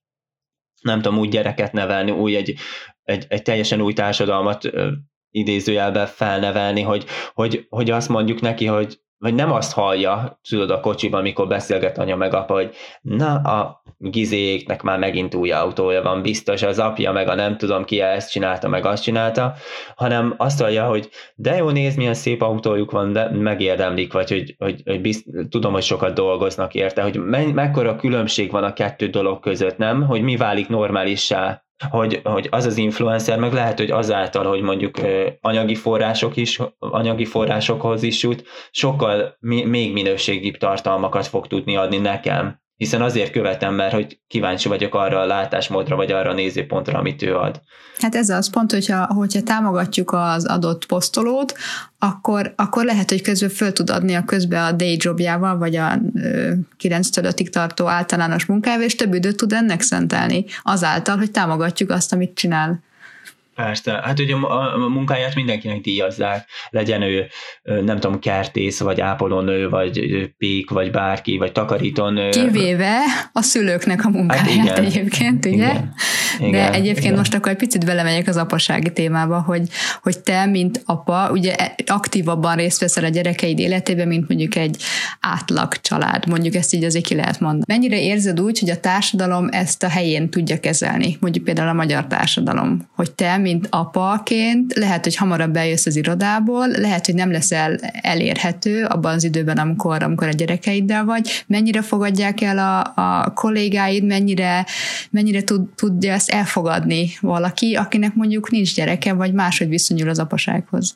nem tudom, úgy gyereket nevelni, úgy egy, egy, egy teljesen új társadalmat idézőjelben felnevelni, hogy, hogy, hogy azt mondjuk neki, hogy vagy nem azt hallja, tudod, a kocsiban, amikor beszélget anya meg apa, hogy na, a Gizéknek már megint új autója van, biztos az apja, meg a nem tudom ki ezt csinálta, meg azt csinálta, hanem azt hallja, hogy de jó, nézd, milyen szép autójuk van, de megérdemlik, vagy hogy, hogy, hogy bizt, tudom, hogy sokat dolgoznak érte, hogy me- mekkora különbség van a kettő dolog között, nem? Hogy mi válik normálissá, hogy, hogy az az influencer, meg lehet, hogy azáltal, hogy mondjuk anyagi források is, anyagi forrásokhoz is jut, sokkal mi, még minőségibb tartalmakat fog tudni adni nekem, hiszen azért követem, mert hogy kíváncsi vagyok arra a látásmódra, vagy arra a nézőpontra, amit ő ad. Hát ez az pont, hogyha, hogyha támogatjuk az adott posztolót, akkor, akkor lehet, hogy közben föl tud adni a közben a day jobjával, vagy a kilenctől ötig tartó általános munkával, és több időt tud ennek szentelni, azáltal, hogy támogatjuk azt, amit csinál. Persze, hát ugye a munkáját mindenkinek díjazzák, legyen ő, nem tudom, kertész, vagy ápolónő, vagy pék, vagy bárki, vagy takarítónő. Kivéve a szülőknek a munkáját hát egyébként, ugye? Igen. Igen. De egyébként igen. Most akkor egy picit belemegyek az apasági témába, hogy, hogy te, mint apa, ugye aktívabban részt veszel a gyerekeid életében, mint mondjuk egy átlag család, mondjuk ezt így azért ki lehet mondani. Mennyire érzed úgy, hogy a társadalom ezt a helyén tudja kezelni, mondjuk például a magyar társadalom, hogy te, mint apaként, lehet, hogy hamarabb eljössz az irodából, lehet, hogy nem leszel elérhető abban az időben, amikor, amikor a gyerekeiddel vagy. Mennyire fogadják el a, a kollégáid, mennyire, mennyire tud, tudja ezt elfogadni valaki, akinek mondjuk nincs gyereke, vagy máshogy viszonyul az apasághoz?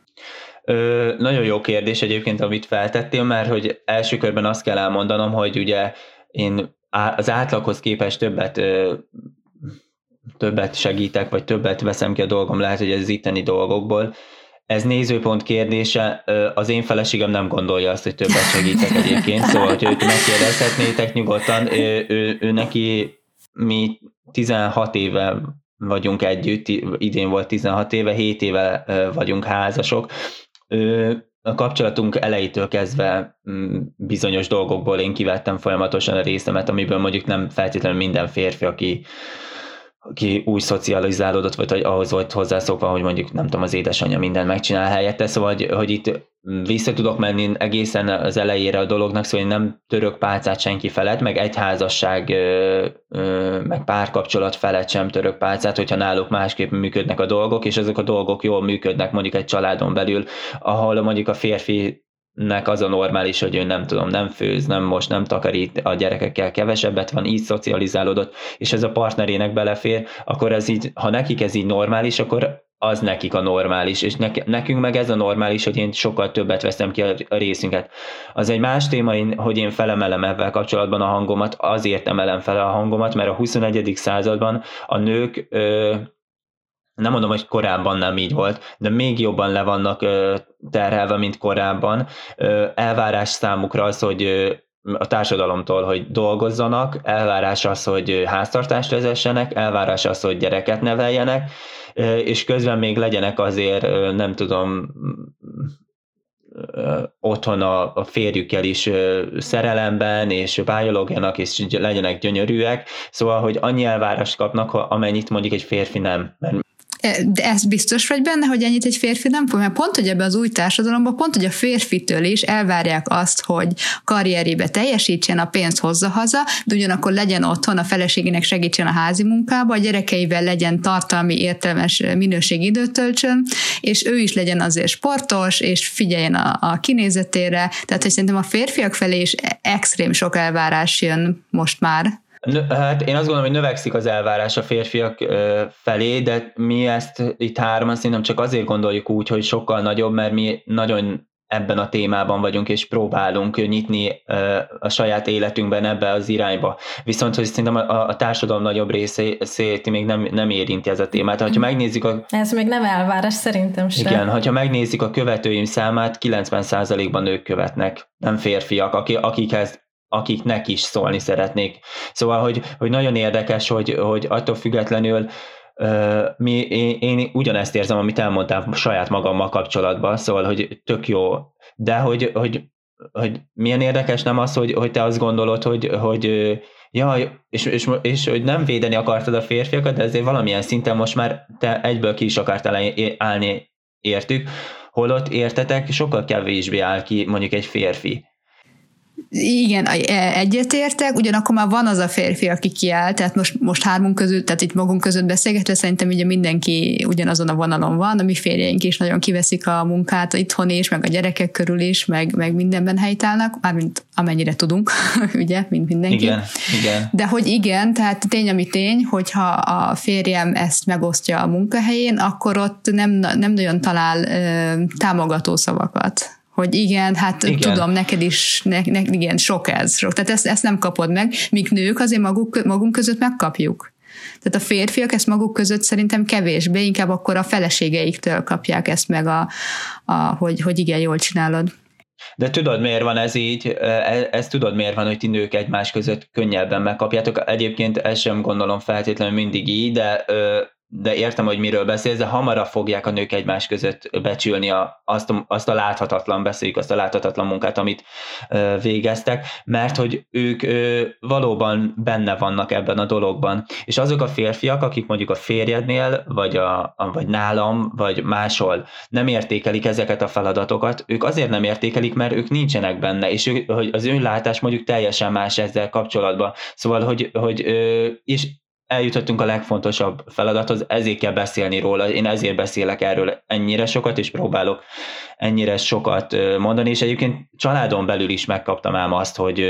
Ö, nagyon jó kérdés egyébként, amit feltettél, mert hogy első körben azt kell elmondanom, hogy ugye én az átlaghoz képest többet többet segítek, vagy többet veszem ki a dolgom, lehet, hogy ez az itteni dolgokból. Ez nézőpont kérdése, az én feleségem nem gondolja azt, hogy többet segítek egyébként, szóval, hogy őt megkérdezhetnétek nyugodtan, ő, ő, ő neki mi tizenhat éve vagyunk együtt, idén volt tizenhat éve, hét éve vagyunk házasok. A kapcsolatunk elejétől kezdve bizonyos dolgokból én kivettem folyamatosan a részemet, amiből mondjuk nem feltétlenül minden férfi, aki aki úgy szocializálódott, vagy hogy ahhoz volt hozzászokva, hogy mondjuk nem tudom, az édesanyja mindent megcsinál helyette, szóval hogy, hogy itt vissza tudok menni egészen az elejére a dolognak, szóval én nem török pálcát senki felett, meg egy házasság, meg párkapcsolat felett sem török pálcát, hogyha náluk másképp működnek a dolgok, és azok a dolgok jól működnek mondjuk egy családon belül, ahol mondjuk a férfi nek az a normális, hogy ő nem tudom, nem főz, nem most, nem takarít, a gyerekekkel kevesebbet van, így szocializálódott, és ez a partnerének belefér, akkor ez így, ha nekik ez így normális, akkor az nekik a normális, és nekünk meg ez a normális, hogy én sokkal többet veszem ki a részünket. Az egy más téma, hogy én felemelem ebben kapcsolatban a hangomat, azért emelem fel a hangomat, mert a huszonegyedik században a nők, nem mondom, hogy korábban nem így volt, de még jobban le vannak terhelve, mint korábban. Elvárás számukra az, hogy a társadalomtól, hogy dolgozzanak, elvárás az, hogy háztartást vezessenek, elvárás az, hogy gyereket neveljenek, és közben még legyenek azért, nem tudom, otthon a, a férjükkel is szerelemben, és vályologjanak, és legyenek gyönyörűek. Szóval, hogy annyi elvárást kapnak, amennyit mondjuk egy férfi nem. De ez biztos vagy benne, hogy ennyit egy férfi nem fog? Mert pont, hogy ebben az új társadalomban, pont, hogy a férfitől is elvárják azt, hogy karrierébe teljesítsen, a pénzt hozza haza, de ugyanakkor legyen otthon, a feleségének segítsen a házi munkába, a gyerekeivel legyen tartalmi, értelmes minőségidőt töltsön, és ő is legyen azért sportos, és figyeljen a, a kinézetére. Tehát, hogy szerintem a férfiak felé is extrém sok elvárás jön most már. Hát én azt gondolom, hogy növekszik az elvárás a férfiak felé, de mi ezt itt hárman szerintem csak azért gondoljuk úgy, hogy sokkal nagyobb, mert mi nagyon ebben a témában vagyunk, és próbálunk nyitni a saját életünkben ebbe az irányba. Viszont, hogy szerintem a, a társadalom nagyobb részét még nem, nem érinti ez a témát. Ha megnézzük a... Ez még nem elvárás szerintem sem. Igen, ha megnézzük a követőim számát, kilencven százalékban nők követnek, nem férfiak, akikhez akiknek is szólni szeretnék. Szóval, hogy, hogy nagyon érdekes, hogy, hogy attól függetlenül uh, mi, én, én ugyanezt érzem, amit elmondtam saját magammal kapcsolatban, szóval, hogy tök jó, de hogy, hogy, hogy milyen érdekes nem az, hogy, hogy te azt gondolod, hogy, hogy jaj, és, és, és hogy nem védeni akartad a férfiakat, de ezért valamilyen szinten most már te egyből ki is akartál állni értük, holott értetek sokkal kevésbé áll ki mondjuk egy férfi. Igen, egyetértek, ugyanakkor már van az a férfi, aki kiáll, tehát most, most hármunk között, tehát itt magunk között beszélgetve, szerintem ugye mindenki ugyanazon a vonalon van, a mi férjeink is nagyon kiveszik a munkát itthon is, meg a gyerekek körül is, meg, meg mindenben helytállnak, mármint amennyire tudunk, ugye, mint mindenki. Igen, igen. De hogy igen, tehát tény, ami tény, hogyha a férjem ezt megosztja a munkahelyén, akkor ott nem, nem nagyon talál ö, támogató szavakat. Hogy igen, hát igen. Tudom, neked is, ne, ne, igen, sok ez, sok. Tehát ezt, ezt nem kapod meg, míg nők azért maguk, magunk között megkapjuk. Tehát a férfiak ezt maguk között szerintem kevésbé, inkább akkor a feleségeiktől kapják ezt meg, a, a, hogy, hogy igen, jól csinálod. De tudod, miért van ez így? Ez, ez tudod, miért van, hogy ti nők egymás között könnyebben megkapjátok? Egyébként ezt sem gondolom feltétlenül mindig így, de... de értem, hogy miről beszélsz, de hamarabb fogják a nők egymás között becsülni a, azt, a, azt a láthatatlan, beszéljük azt a láthatatlan munkát, amit ö, végeztek, mert hogy ők ö, valóban benne vannak ebben a dologban. És azok a férfiak, akik mondjuk a férjednél, vagy, a, a, vagy nálam, vagy máshol nem értékelik ezeket a feladatokat, ők azért nem értékelik, mert ők nincsenek benne, és ő, hogy az önlátás mondjuk teljesen más ezzel kapcsolatban. Szóval, hogy, hogy ö, és eljutottunk a legfontosabb feladathoz, ezért kell beszélni róla, én ezért beszélek erről ennyire sokat, és próbálok ennyire sokat mondani, és egyébként családon belül is megkaptam ám azt, hogy,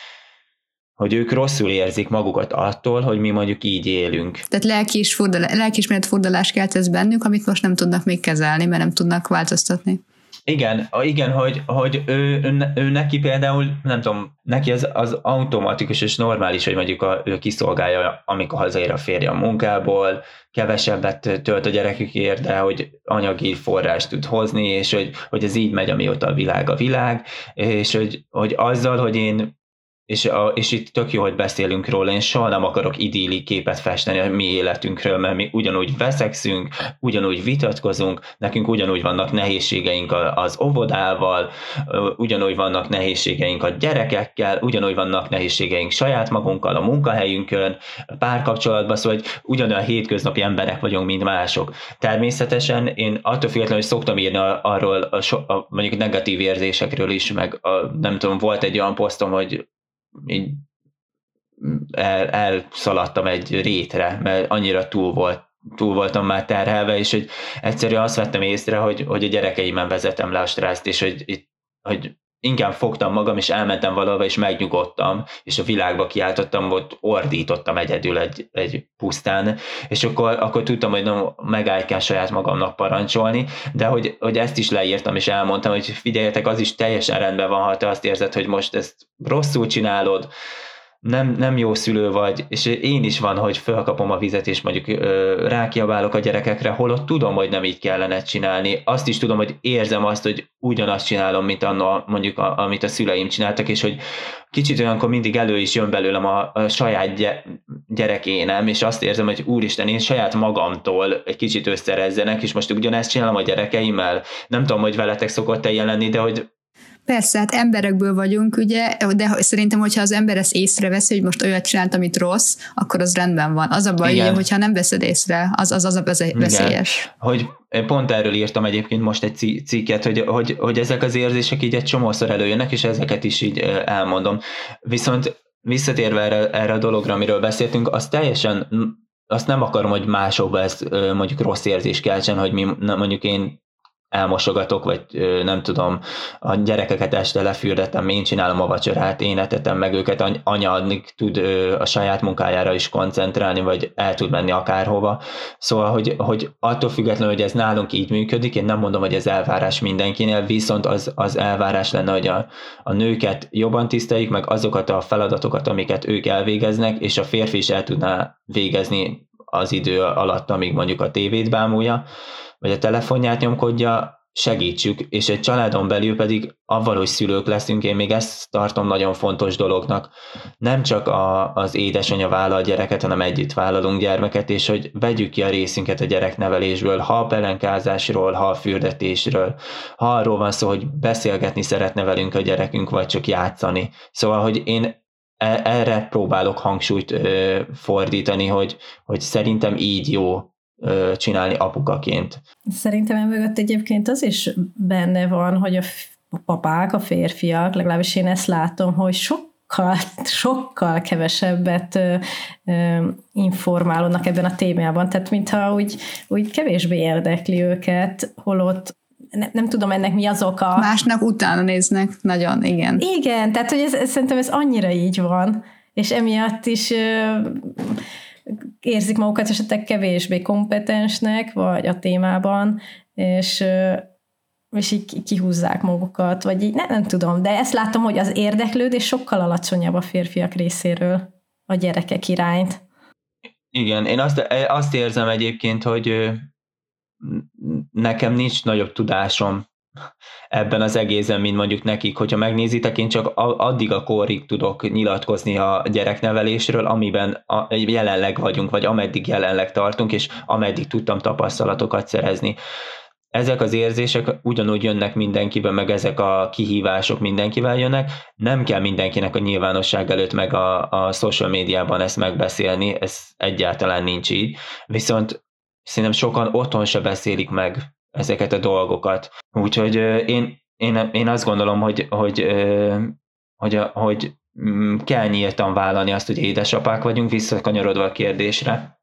hogy ők rosszul érzik magukat attól, hogy mi mondjuk így élünk. Tehát lelkiis furdalás, lelkiismeret furdalás kelt ez bennük, amit most nem tudnak még kezelni, mert nem tudnak változtatni. Igen, igen, hogy, hogy ő, ő, ő neki például, nem tudom, neki az, az automatikus és normális, hogy mondjuk a, ő kiszolgálja, amikor hazaér a férje a munkából, kevesebbet tölt a gyerekükért, de hogy anyagi forrást tud hozni, és hogy, hogy ez így megy, amióta a világ a világ, és hogy, hogy azzal, hogy én És, a, és itt tök jó, hogy beszélünk róla, én soha nem akarok idilli képet festeni a mi életünkről, mert mi ugyanúgy veszekszünk, ugyanúgy vitatkozunk, nekünk ugyanúgy vannak nehézségeink az óvodával, ugyanúgy vannak nehézségeink a gyerekekkel, ugyanúgy vannak nehézségeink saját magunkkal, a munkahelyünkön, párkapcsolatban, szóval hogy ugyanolyan hétköznapi emberek vagyunk, mint mások. Természetesen én attól függetlenül, hogy szoktam írni arról, a, a, mondjuk negatív érzésekről is, meg a, nem tudom, volt egy olyan posztom, hogy így el, elszaladtam egy rétre, mert annyira túl, volt, túl voltam már terhelve, és hogy egyszerűen azt vettem észre, hogy, hogy a gyerekeimen vezetem le a stresszt, és hogy, hogy inkább fogtam magam, és elmentem valahova, és megnyugodtam, és a világba kiáltottam, ott ordítottam egyedül egy, egy pusztán, és akkor, akkor tudtam, hogy nem, megállj kell saját magamnak parancsolni, de hogy, hogy ezt is leírtam, és elmondtam, hogy figyeljetek, az is teljesen rendben van, ha te azt érzed, hogy most ezt rosszul csinálod, nem, nem jó szülő vagy, és én is van, hogy felkapom a vizet, és mondjuk ö, rákiabálok a gyerekekre, holott tudom, hogy nem így kellene csinálni. Azt is tudom, hogy érzem azt, hogy ugyanazt csinálom, mint anna, mondjuk a, amit a szüleim csináltak, és hogy kicsit olyankor mindig elő is jön belőlem a, a saját gyerekénem, és azt érzem, hogy úristen, én saját magamtól egy kicsit összerezzenek, és most ugyanezt csinálom a gyerekeimmel. Nem tudom, hogy veletek szokott-e jelenni, de hogy Persze, hát emberekből vagyunk, ugye, de szerintem, hogyha az ember ezt észreveszi, hogy most olyat csinált, amit rossz, akkor az rendben van. Az a baj, ugye, hogyha nem veszed észre, az az, az a veszélyes. Igen. Hogy pont erről írtam egyébként most egy cikket, hogy, hogy, hogy ezek az érzések így egy csomószor előjönnek, és ezeket is így elmondom. Viszont visszatérve erre, erre a dologra, amiről beszéltünk, az teljesen, azt nem akarom, hogy másokba ez mondjuk rossz érzés keltsen, hogy mi, mondjuk én elmosogatok, vagy nem tudom, a gyerekeket este lefürdettem, én csinálom a vacsorát, én etetem meg őket, anya addig tud a saját munkájára is koncentrálni, vagy el tud menni akárhova. Szóval, hogy, hogy attól függetlenül, hogy ez nálunk így működik, én nem mondom, hogy ez elvárás mindenkinél, viszont az, az elvárás lenne, hogy a, a nőket jobban tiszteljük, meg azokat a feladatokat, amiket ők elvégeznek, és a férfi is el tudná végezni az idő alatt, amíg mondjuk a tévét bámulja, vagy a telefonját nyomkodja, segítsük, és egy családon belül pedig avval, hogy szülők leszünk, én még ezt tartom nagyon fontos dolognak. Nem csak a, az édesanyja vállal gyereket, hanem együtt vállalunk gyermeket, és hogy vegyük ki a részünket a gyereknevelésből, ha a pelenkázásról, ha a fürdetésről, ha arról van szó, hogy beszélgetni szeretne velünk a gyerekünk, vagy csak játszani. Szóval, hogy én erre próbálok hangsúlyt ö, fordítani, hogy, hogy szerintem így jó csinálni apukaként. Szerintem emögött egyébként az is benne van, hogy a papák, a férfiak, legalábbis én ezt látom, hogy sokkal, sokkal kevesebbet ö, ö, informálódnak ebben a témában, tehát mintha úgy, úgy kevésbé érdekli őket, holott ne, nem tudom ennek mi az oka. Másnak utána néznek, nagyon, igen. Igen, tehát hogy ez, ez, szerintem ez annyira így van, és emiatt is ö, érzik magukat esetleg kevésbé kompetensnek, vagy a témában, és, és így kihúzzák magukat, vagy így, nem, nem tudom, de ezt látom, hogy az érdeklődés sokkal alacsonyabb a férfiak részéről a gyerekek irányt. Igen, én azt, azt érzem egyébként, hogy nekem nincs nagyobb tudásom ebben az egészen, mint mondjuk nekik. Hogyha megnézitek, én csak addig a korig tudok nyilatkozni a gyereknevelésről, amiben a, jelenleg vagyunk, vagy ameddig jelenleg tartunk, és ameddig tudtam tapasztalatokat szerezni. Ezek az érzések ugyanúgy jönnek mindenkiben, meg ezek a kihívások mindenkivel jönnek. Nem kell mindenkinek a nyilvánosság előtt, meg a, a social médiában ezt megbeszélni, ez egyáltalán nincs így. Viszont szerintem sokan otthon se beszélik meg ezeket a dolgokat. Úgyhogy én, én, én azt gondolom, hogy, hogy, hogy, hogy kell nyíltan vállalni azt, hogy édesapák vagyunk, visszakanyarodva a kérdésre.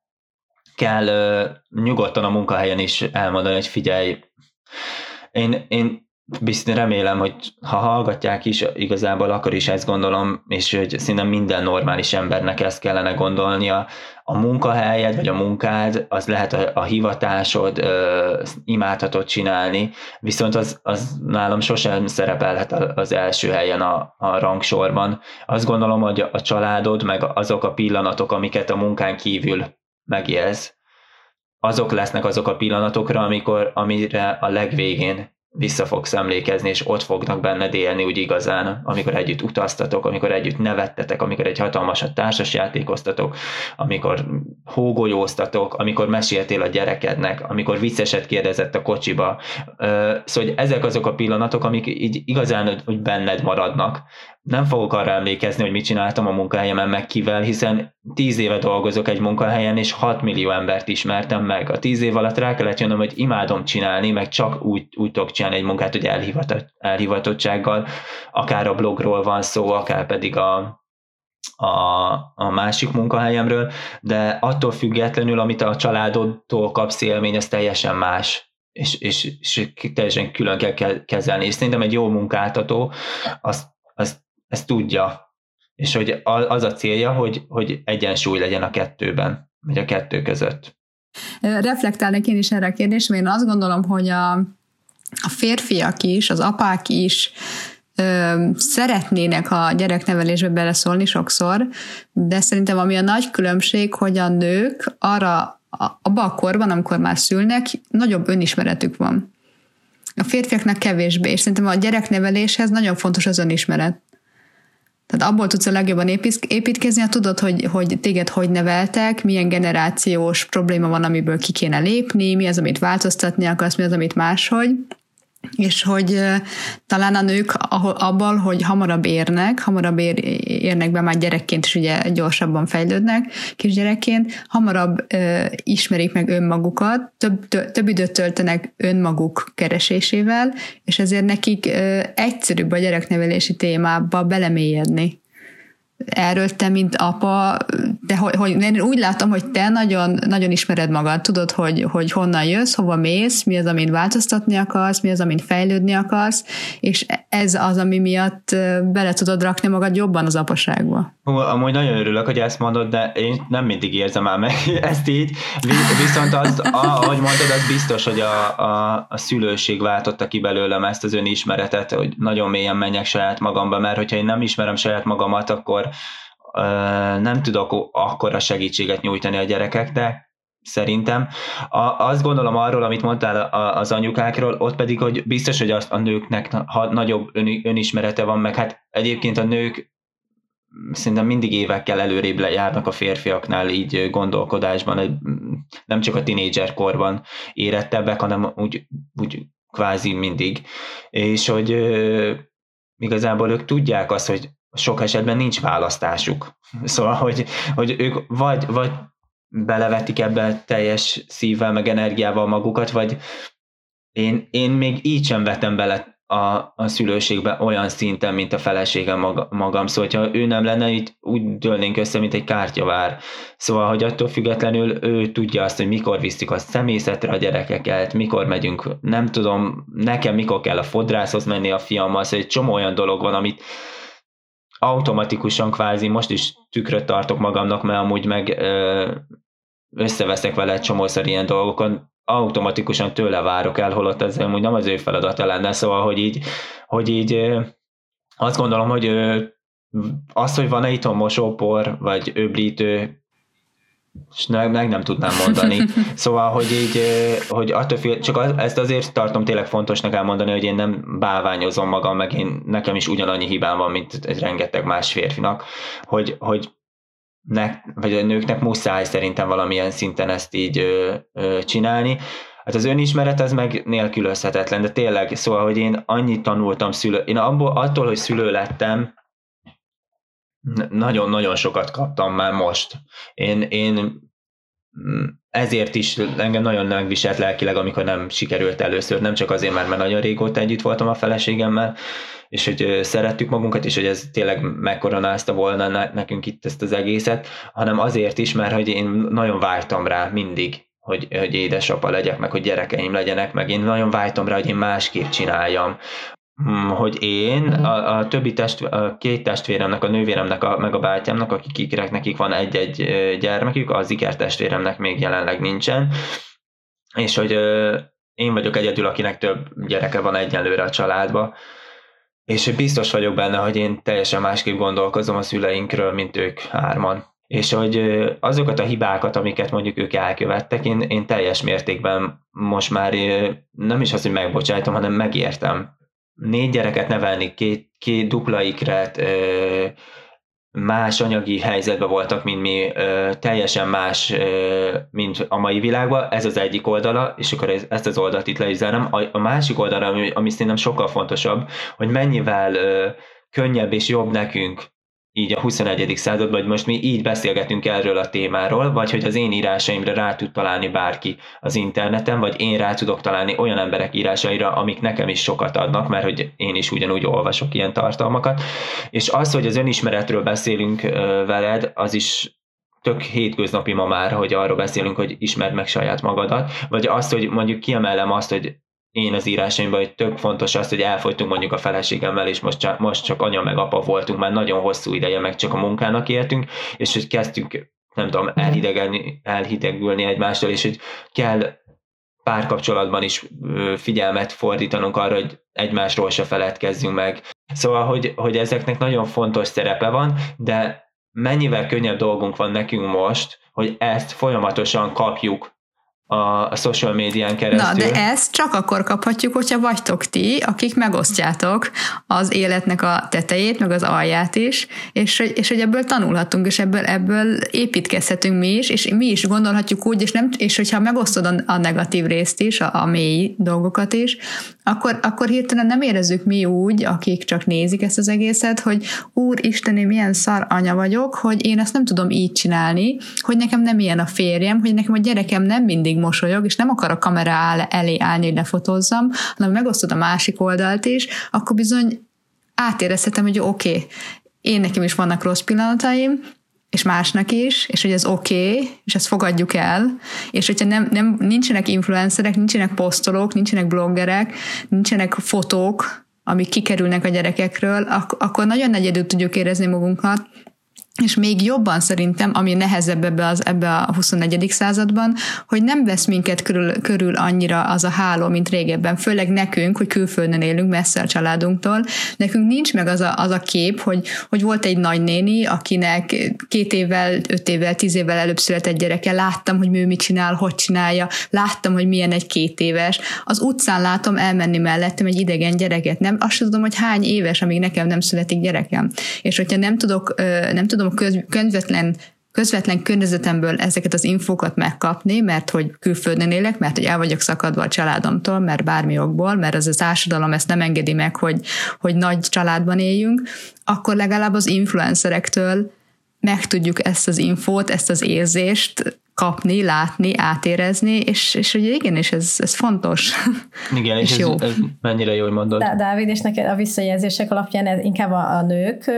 Kell nyugodtan a munkahelyen is elmondani, hogy figyelj, én, én biztos remélem, hogy ha hallgatják is, igazából akkor is ezt gondolom, és hogy szinte minden normális embernek ezt kellene gondolnia. A munkahelyed, vagy a munkád, az lehet a, a hivatásod, ö, imádhatod csinálni, viszont az, az nálam sosem szerepelhet az első helyen a, a rangsorban. Azt gondolom, hogy a családod, meg azok a pillanatok, amiket a munkán kívül megélsz, azok lesznek azok a pillanatokra, amikor, amire a legvégén vissza fogsz emlékezni, és ott fognak benned élni úgy igazán, amikor együtt utaztatok, amikor együtt nevettetek, amikor egy hatalmasat társasjátékoztatok, amikor hógolyóztatok, amikor meséltél a gyerekednek, amikor vicceset kérdezett a kocsiba. Szóval hogy ezek azok a pillanatok, amik így igazán hogy benned maradnak. Nem fogok arra emlékezni, hogy mit csináltam a munkahelyemen, meg kivel, hiszen tíz éve dolgozok egy munkahelyen, és hat millió embert ismertem meg. A tíz év alatt rá kellett jönnöm, hogy imádom csinálni, meg csak úgy, úgy tudok csinálni egy munkát, hogy elhivatott, elhivatottsággal, akár a blogról van szó, akár pedig a, a, a másik munkahelyemről, de attól függetlenül, amit a családodtól kapsz élmény, ez teljesen más. És, és, és teljesen külön kell kezelni. És szerintem egy jó munkáltató azt, azt ezt tudja, és hogy az a célja, hogy, hogy egyensúly legyen a kettőben, vagy a kettő között. Reflektálnék én is erre a kérdésre, én azt gondolom, hogy a, a férfiak is, az apák is ö, szeretnének a gyereknevelésbe beleszólni sokszor, de szerintem ami a nagy különbség, hogy a nők arra, abban a korban, amikor már szülnek, nagyobb önismeretük van. A férfiaknak kevésbé, és szerintem a gyerekneveléshez nagyon fontos az önismeret. Tehát abból tudsz a legjobban építkezni, ha tudod, hogy, hogy téged hogy neveltek, milyen generációs probléma van, amiből ki kéne lépni, mi az, amit változtatni akarsz, mi az, amit máshogy, és hogy uh, talán a nők abban, hogy hamarabb érnek, hamarabb ér, érnek be már gyerekként, és ugye gyorsabban fejlődnek kisgyerekként, hamarabb uh, ismerik meg önmagukat, több, tö, több időt töltenek önmaguk keresésével, és ezért nekik uh, egyszerűbb a gyereknevelési témába belemélyedni. Erről te, mint apa, de hogy, hogy én úgy látom, hogy te nagyon, nagyon ismered magad, tudod, hogy, hogy honnan jössz, hova mész, mi az, amin változtatni akarsz, mi az, amin fejlődni akarsz, és ez az, ami miatt bele tudod rakni magad jobban az apaságba. Hú, amúgy nagyon örülök, hogy ezt mondod, de én nem mindig érzem ám meg ezt így, viszont azt, ahogy mondod, az biztos, hogy a, a, a szülőség váltotta ki belőlem ezt az önismeretet, hogy nagyon mélyen menjek saját magamba, mert hogyha én nem ismerem saját magamat, akkor nem tudok akkora segítséget nyújtani a gyerekeknek, szerintem. A, azt gondolom arról, amit mondtál az anyukákról, ott pedig, hogy biztos, hogy azt a nőknek nagyobb ön, önismerete van, meg hát egyébként a nők szerintem mindig évekkel előrébb lejárnak a férfiaknál így gondolkodásban, nem csak a tinédzser korban érettebbek, hanem úgy, úgy kvázi mindig. És hogy igazából ők tudják azt, hogy sok esetben nincs választásuk. Szóval, hogy, hogy ők vagy, vagy belevetik ebbe teljes szívvel, meg energiával magukat, vagy én, én még így sem vetem bele a, a szülőségbe olyan szinten, mint a feleségem maga, magam. Szóval, ha ő nem lenne, így úgy dőlnénk össze, mint egy kártyavár. Szóval, hogy attól függetlenül ő tudja azt, hogy mikor visszük a szemészetre a gyerekeket, mikor megyünk, nem tudom, nekem mikor kell a fodrászhoz menni a fiammal, szóval egy csomó olyan dolog van, amit automatikusan kvázi, most is tükröt tartok magamnak, mert amúgy meg ö, összeveszek vele egy csomószor ilyen dolgokon, automatikusan tőle várok el, holott ez amúgy nem az ő feladata lenne, szóval, hogy így, hogy így ö, azt gondolom, hogy ö, az, hogy van-e itthon mosópor, vagy öblítő, és meg, meg nem tudnám mondani. Szóval, hogy így, hogy attól fél, csak ezt azért tartom tényleg fontosnak elmondani, hogy én nem bálványozom magam, meg én, nekem is ugyanannyi hibám van, mint egy rengeteg más férfinak, hogy, hogy ne, vagy a nőknek muszáj szerintem valamilyen szinten ezt így ö, ö, csinálni. Hát az önismeret az meg nélkülözhetetlen, de tényleg, szóval, hogy én annyit tanultam szülő, én abból, attól, hogy szülő lettem, nagyon-nagyon sokat kaptam már most. Én, én ezért is engem nagyon megviselt lelkileg, amikor nem sikerült először, nem csak azért, mert, mert nagyon régóta együtt voltam a feleségemmel, és hogy szerettük magunkat, és hogy ez tényleg megkoronázta volna nekünk itt ezt az egészet, hanem azért is, mert hogy én nagyon vágytam rá mindig. hogy, hogy édesapa legyek, meg hogy gyerekeim legyenek, meg én nagyon vágytam rá, hogy én másképp csináljam. Hogy én, a, a többi testvér, a két testvéremnek, a nővéremnek, a, meg a bátyámnak, akik nekik van egy-egy gyermekük, az ikertestvéremnek még jelenleg nincsen, és hogy én vagyok egyedül, akinek több gyereke van egyenlőre a családba, és biztos vagyok benne, hogy én teljesen másképp gondolkozom a szüleinkről, mint ők hárman. És hogy azokat a hibákat, amiket mondjuk ők elkövettek, én, én teljes mértékben most már nem is az, hogy megbocsájtom, hanem megértem. Négy gyereket nevelni, két, két dupla ikret, más anyagi helyzetben voltak, mint mi, teljesen más, mint a mai világban. Ez az egyik oldala, és akkor ezt az oldalt itt le is zárom. A másik oldala, ami, ami szerintem sokkal fontosabb, hogy mennyivel könnyebb és jobb nekünk így a huszonegyedik században, hogy most mi így beszélgetünk erről a témáról, vagy hogy az én írásaimra rá tud találni bárki az interneten, vagy én rá tudok találni olyan emberek írásaira, amik nekem is sokat adnak, mert hogy én is ugyanúgy olvasok ilyen tartalmakat. És az, hogy az önismeretről beszélünk veled, az is tök hétköznapi ma már, hogy arról beszélünk, hogy ismerd meg saját magadat, vagy azt, hogy mondjuk kiemelem azt, hogy én az írásaimban, hogy tök fontos az, hogy elfogytunk mondjuk a feleségemmel, és most csak, most csak anya meg apa voltunk, már nagyon hosszú ideje, meg csak a munkának éltünk, és hogy kezdtünk, nem tudom, elhidegelni, elhidegülni egymástól, és hogy kell párkapcsolatban is figyelmet fordítanunk arra, hogy egymásról se feledkezzünk meg. Szóval, hogy, hogy ezeknek nagyon fontos szerepe van, de mennyivel könnyebb dolgunk van nekünk most, hogy ezt folyamatosan kapjuk a social médián keresztül. Na, de ezt csak akkor kaphatjuk, hogyha vagytok ti, akik megosztjátok az életnek a tetejét, meg az alját is, és, és hogy ebből tanulhatunk, és ebből, ebből építkezhetünk mi is, és mi is gondolhatjuk úgy, és, nem, és hogyha megosztod a, a negatív részt is, a, a mély dolgokat is, akkor, akkor hirtelen nem érezzük mi úgy, akik csak nézik ezt az egészet, hogy Úristen, én milyen szar anya vagyok, hogy én ezt nem tudom így csinálni, hogy nekem nem ilyen a férjem, hogy nekem a gyerekem nem mindig mosolyog, és nem akar a kamera elé állni, hogy lefotózzam, hanem megosztod a másik oldalt is, akkor bizony átérezhetem, hogy oké, okay, én nekem is vannak rossz pillanataim, és másnak is, és hogy ez oké, okay, és ezt fogadjuk el, és hogyha nem, nem, nincsenek influencerek, nincsenek posztolók, nincsenek bloggerek, nincsenek fotók, amik kikerülnek a gyerekekről, ak- akkor nagyon egyedül tudjuk érezni magunkat, és még jobban szerintem, ami nehezebb ebbe, az, ebbe a huszonegyedik században, hogy nem vesz minket körül, körül annyira az a háló, mint régebben, főleg nekünk, hogy külföldön élünk, messze a családunktól, nekünk nincs meg az a, az a kép, hogy, hogy volt egy nagynéni, akinek két évvel, öt évvel, tíz évvel előbb született gyereke, láttam, hogy ő mit csinál, hogy csinálja, láttam, hogy milyen egy két éves, az utcán látom elmenni mellettem egy idegen gyereket, nem, azt sem tudom, hogy hány éves, amíg nekem nem születik gyerekem, és hogyha nem tudok, nem tudom közvetlen, közvetlen környezetemből ezeket az infókat megkapni, mert hogy külföldön élek, mert hogy el vagyok szakadva a családomtól, mert bármi okból, mert az a társadalom ezt nem engedi meg, hogy, hogy nagy családban éljünk, akkor legalább az influencerektől meg tudjuk ezt az infót, ezt az érzést kapni, látni, átérezni, és, és hogy igen, és ez, ez fontos. Igen, és, és ez, jó. ez mennyire jól mondod. Dávid, és neked a visszajelzések alapján ez inkább a, a nők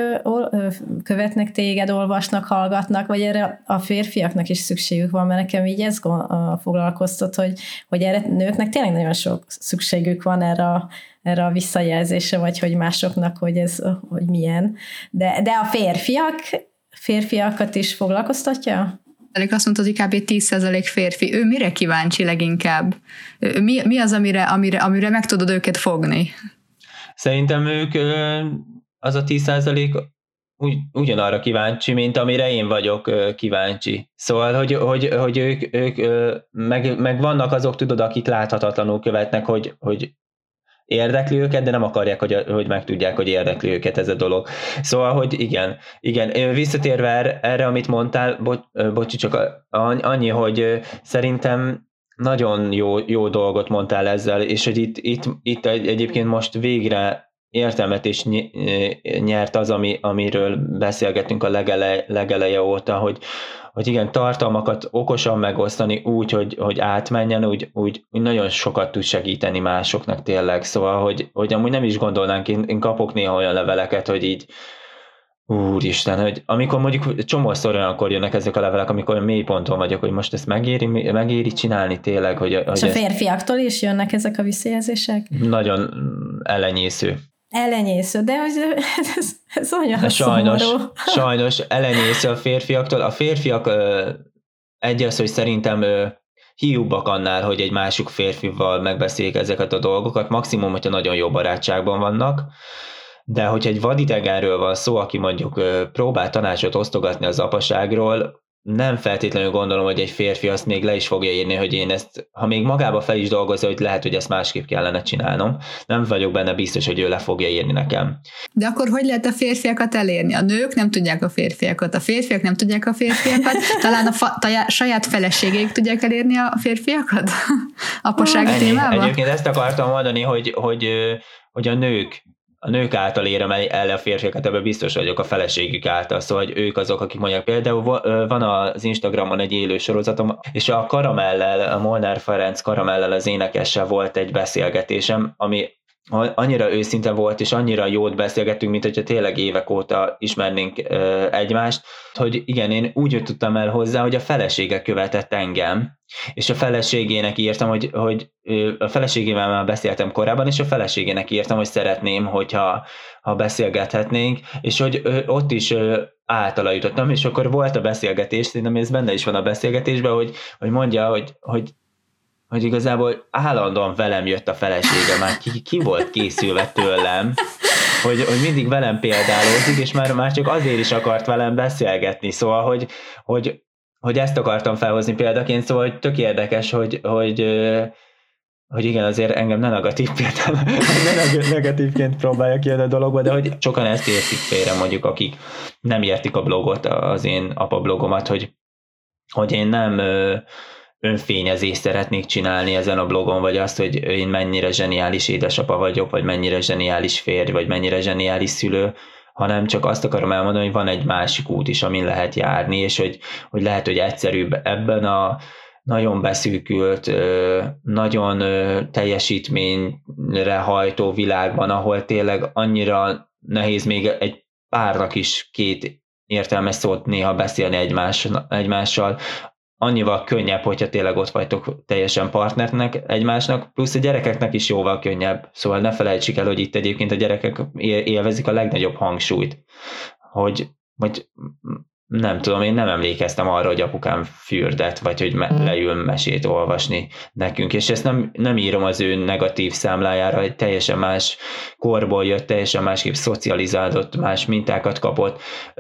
követnek téged, olvasnak, hallgatnak, vagy erre a férfiaknak is szükségük van, mert nekem így ez foglalkoztat, hogy, hogy erre nőknek tényleg nagyon sok szükségük van erre a, erre a visszajelzésre, vagy hogy másoknak, hogy ez hogy milyen. De, de a férfiak, férfiakat is foglalkoztatja? Azt mondta, hogy kb. tíz százalék férfi. Ő mire kíváncsi leginkább? Mi, mi az, amire, amire, amire meg tudod őket fogni? Szerintem ők, az a tíz százalék ugy, ugyanarra kíváncsi, mint amire én vagyok kíváncsi. Szóval, hogy, hogy, hogy ők, ők meg, meg vannak azok, tudod, akik láthatatlanul követnek, hogy, hogy érdekli őket, de nem akarják, hogy, hogy megtudják, hogy érdekli őket ez a dolog. Szóval, hogy igen, igen. Visszatérve erre, erre amit mondtál, bo, bocsi, csak annyi, hogy szerintem nagyon jó, jó dolgot mondtál ezzel, és hogy itt, itt, itt egyébként most végre értelmet is nyert az, ami, amiről beszélgetünk a legele, legeleje óta, hogy, hogy igen, tartalmakat okosan megosztani úgy, hogy, hogy átmenjen, úgy, úgy, úgy nagyon sokat tud segíteni másoknak tényleg. Szóval, hogy, hogy amúgy nem is gondolnánk, én, én kapok néha olyan leveleket, hogy így Úristen, hogy amikor mondjuk csomószor olyankor jönnek ezek a levelek, amikor olyan mély ponton vagyok, hogy most ezt megéri, megéri csinálni tényleg, hogy, hogy és a férfiaktól is jönnek ezek a visszajelzések? Nagyon ellenyésző. Ellenyésző, de hogy ez, ez olyan sajnos, szomorú. Sajnos ellenyésző a férfiaktól. A férfiak egy az, hogy szerintem hiúbbak annál, hogy egy másik férfival megbeszéljék ezeket a dolgokat, maximum, hogyha nagyon jó barátságban vannak, de hogyha egy vadidegenről van szó, aki mondjuk próbál tanácsot osztogatni az apaságról, nem feltétlenül gondolom, hogy egy férfi azt még le is fogja írni, hogy én ezt, ha még magába fel is dolgozza, hogy lehet, hogy ezt másképp kellene csinálnom, nem vagyok benne biztos, hogy ő le fogja írni nekem. De akkor hogy lehet a férfiakat elérni? A nők nem tudják a férfiakat, a férfiak nem tudják a férfiakat, talán a fa- tajá- saját feleségéig tudják elérni a férfiakat? Apasági témában? Egyébként ezt akartam mondani, hogy, hogy, hogy a nők A nők által érem el a férfiakat, ebben biztos vagyok, a feleségük által, szóval hogy ők azok, akik mondják. Például van az Instagramon egy élő sorozatom, és a Karamellel, a Molnár Ferenc Karamellel, az énekessel volt egy beszélgetésem, ami annyira őszinte volt, és annyira jót beszélgettünk, mint hogyha tényleg évek óta ismernénk egymást, hogy igen, én úgy jutottam el hozzá, hogy a felesége követett engem, és a feleségének írtam, hogy, hogy a feleségével már beszéltem korábban, és a feleségének írtam, hogy szeretném, hogyha ha beszélgethetnénk, és hogy ott is általa jutottam, és akkor volt a beszélgetés, szerintem ez benne is van a beszélgetésben, hogy, hogy mondja, hogy, hogy hogy igazából állandóan velem jött a felesége, már ki, ki volt készülve tőlem, hogy, hogy mindig velem példálózik, és már, már csak azért is akart velem beszélgetni, szóval, hogy, hogy, hogy ezt akartam felhozni példaként, szóval, hogy tök érdekes, hogy, hogy, hogy igen, azért engem ne negatív példán, ne negatívként próbálja kijönni a dologba, de hogy sokan ezt értik félre, mondjuk, akik nem értik a blogot, az én apa blogomat, hogy, hogy én nem önfényezést szeretnék csinálni ezen a blogon, vagy azt, hogy én mennyire zseniális édesapa vagyok, vagy mennyire zseniális férj, vagy mennyire zseniális szülő, hanem csak azt akarom elmondani, hogy van egy másik út is, amin lehet járni, és hogy, hogy lehet, hogy egyszerűbb ebben a nagyon beszűkült, nagyon teljesítményre hajtó világban, ahol tényleg annyira nehéz még egy párnak is két értelmes szót néha beszélni egymás, egymással, annyival könnyebb, hogyha tényleg ott vagytok teljesen partnernek egymásnak, plusz a gyerekeknek is jóval könnyebb. Szóval ne felejtsük el, hogy itt egyébként a gyerekek élvezik a legnagyobb hangsúlyt. Hogy, hogy nem tudom, én nem emlékeztem arra, hogy apukám fürdett, vagy hogy leül mesét olvasni nekünk, és ezt nem, nem írom az ő negatív számlájára, hogy teljesen más korból jött, teljesen másképp szocializálódott, más mintákat kapott,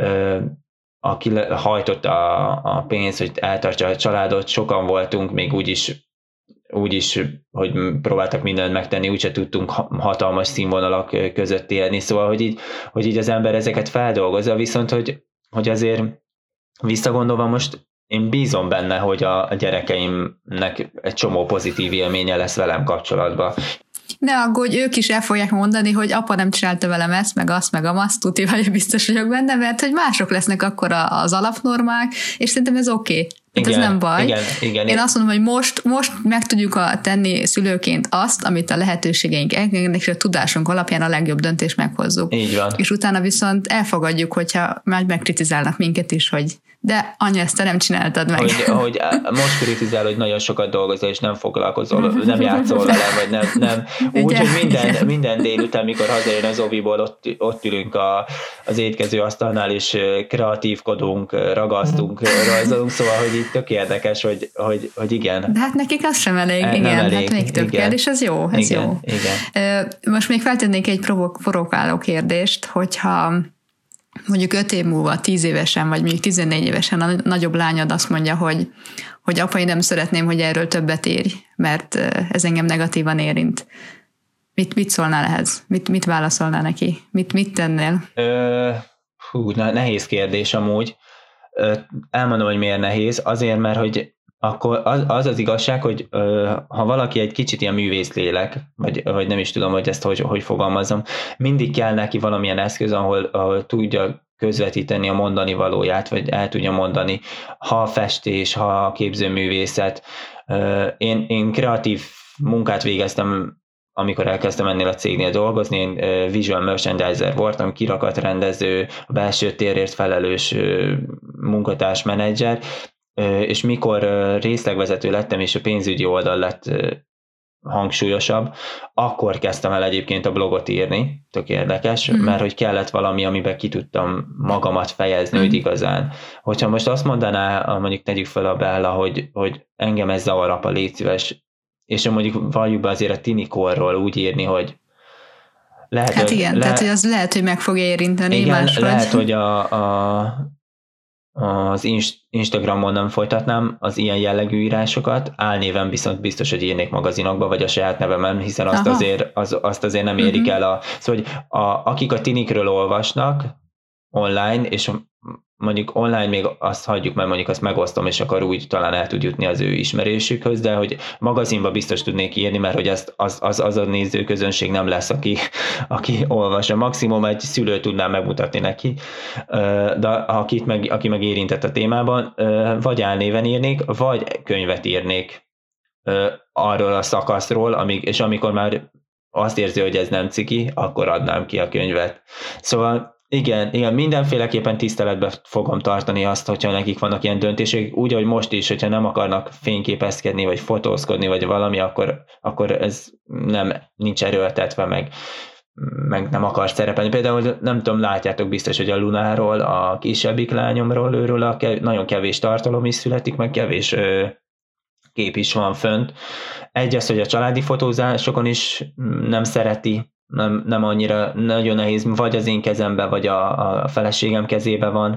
aki hajtott a, a pénzt, hogy eltartsa a családot, sokan voltunk, még úgyis, úgyis, hogy próbáltak mindent megtenni, úgyse tudtunk hatalmas színvonalak között élni, szóval, hogy így, hogy így az ember ezeket feldolgozza, viszont, hogy, hogy azért visszagondolva most én bízom benne, hogy a, a gyerekeimnek egy csomó pozitív élménye lesz velem kapcsolatban. Ne aggódj, ők is el fogják mondani, hogy apa nem csinálta velem ezt, meg azt, meg amazt, tuti, vagy biztos vagyok benne, mert hogy mások lesznek akkor az alapnormák, és szerintem ez oké. Okay. Igen, ez nem baj. Igen, igen, Én azt mondom, hogy most, most meg tudjuk a, tenni szülőként azt, amit a lehetőségeink engednek, és a tudásunk alapján a legjobb döntést meghozzuk. Így van. És utána viszont elfogadjuk, hogyha már megkritizálnak minket is, hogy de anya, ezt te nem csináltad meg. Hogy, hogy most kritizál, hogy nagyon sokat dolgozol, és nem foglalkozol, nem játszol velem, vagy nem. nem. Úgy, hogy minden, minden délután, mikor hazajön az oviból, ott, ott ülünk a, az étkező asztalnál, és kreatívkodunk, ragasztunk, rajzolunk, szóval, hogy így tök érdekes, hogy, hogy, hogy igen. De hát nekik az sem elég, e, igen, elég, hát még több igen. kell, és ez jó, ez igen, jó. Igen. Most még feltennék egy provok- provokáló kérdést, hogyha mondjuk öt év múlva, tíz évesen, vagy mondjuk tizennégy évesen a nagyobb lányod azt mondja, hogy, hogy apa, én nem szeretném, hogy erről többet érj, mert ez engem negatívan érint. Mit, mit szólnál ehhez? Mit, mit válaszolnál neki? Mit, mit tennél? Ö, hú, nehéz kérdés amúgy. Ö, elmondom, hogy miért nehéz. Azért, mert hogy akkor az az, az igazság, hogy ö, ha valaki egy kicsit ilyen művészlélek, vagy, vagy nem is tudom, hogy ezt hogy, hogy fogalmazom, mindig kell neki valamilyen eszköz, ahol, ahol tudja közvetíteni a mondani valóját, vagy el tudja mondani, ha festés, ha képzőművészet. Ö, én, én kreatív munkát végeztem amikor elkezdtem ennél a cégnél dolgozni, én visual merchandiser voltam, kirakatrendező, a belső térért felelős munkatárs menedzser, és mikor részlegvezető lettem, és a pénzügyi oldal lett hangsúlyosabb, akkor kezdtem el egyébként a blogot írni, tök érdekes, mm. mert hogy kellett valami, amiben ki tudtam magamat fejezni, mm. hogy igazán. Hogyha most azt mondaná, mondjuk tegyük fel a Bella, hogy, hogy engem ez zavar, apa, légy szíves, és mondjuk valljuk be azért a tinikorról úgy írni, hogy lehet, hát hogy igen, le- tehát hogy az lehet, hogy meg fog érinteni igen, máshogy. lehet, hogy a, a, az Instagramon nem folytatnám az ilyen jellegű írásokat, álnéven viszont biztos, hogy írnék magazinokba, vagy a saját nevemen, hiszen azt, azért, az, azt azért nem érik uh-huh. el. A, szóval, hogy a, akik a tinikről olvasnak online, és mondjuk online még azt hagyjuk, mert mondjuk azt megosztom, és akkor úgy talán el tud jutni az ő ismerésükhöz, de hogy magazinba biztos tudnék írni, mert hogy ezt, az, az, az a nézőközönség nem lesz, aki, aki olvas. A maximum egy szülő tudná megmutatni neki, de akit meg, aki meg érintett a témában, vagy álnéven írnék, vagy könyvet írnék arról a szakaszról, amíg, és amikor már azt érzi, hogy ez nem ciki, akkor adnám ki a könyvet. Szóval Igen, igen, mindenféleképpen tiszteletbe fogom tartani azt, hogyha nekik vannak ilyen döntések, úgy, ahogy most is, hogyha nem akarnak fényképezkedni, vagy fotózkodni, vagy valami, akkor, akkor ez nem, nincs erőltetve, meg, meg nem akar szerepelni. Például nem tudom, látjátok biztos, hogy a Lunáról, a kisebbik lányomról, őről a kev- nagyon kevés tartalom is születik, meg kevés ö, kép is van fönt. Egy az, hogy a családi fotózásokon is nem szereti, Nem, nem annyira nagyon nehéz, vagy az én kezemben, vagy a, a feleségem kezében van.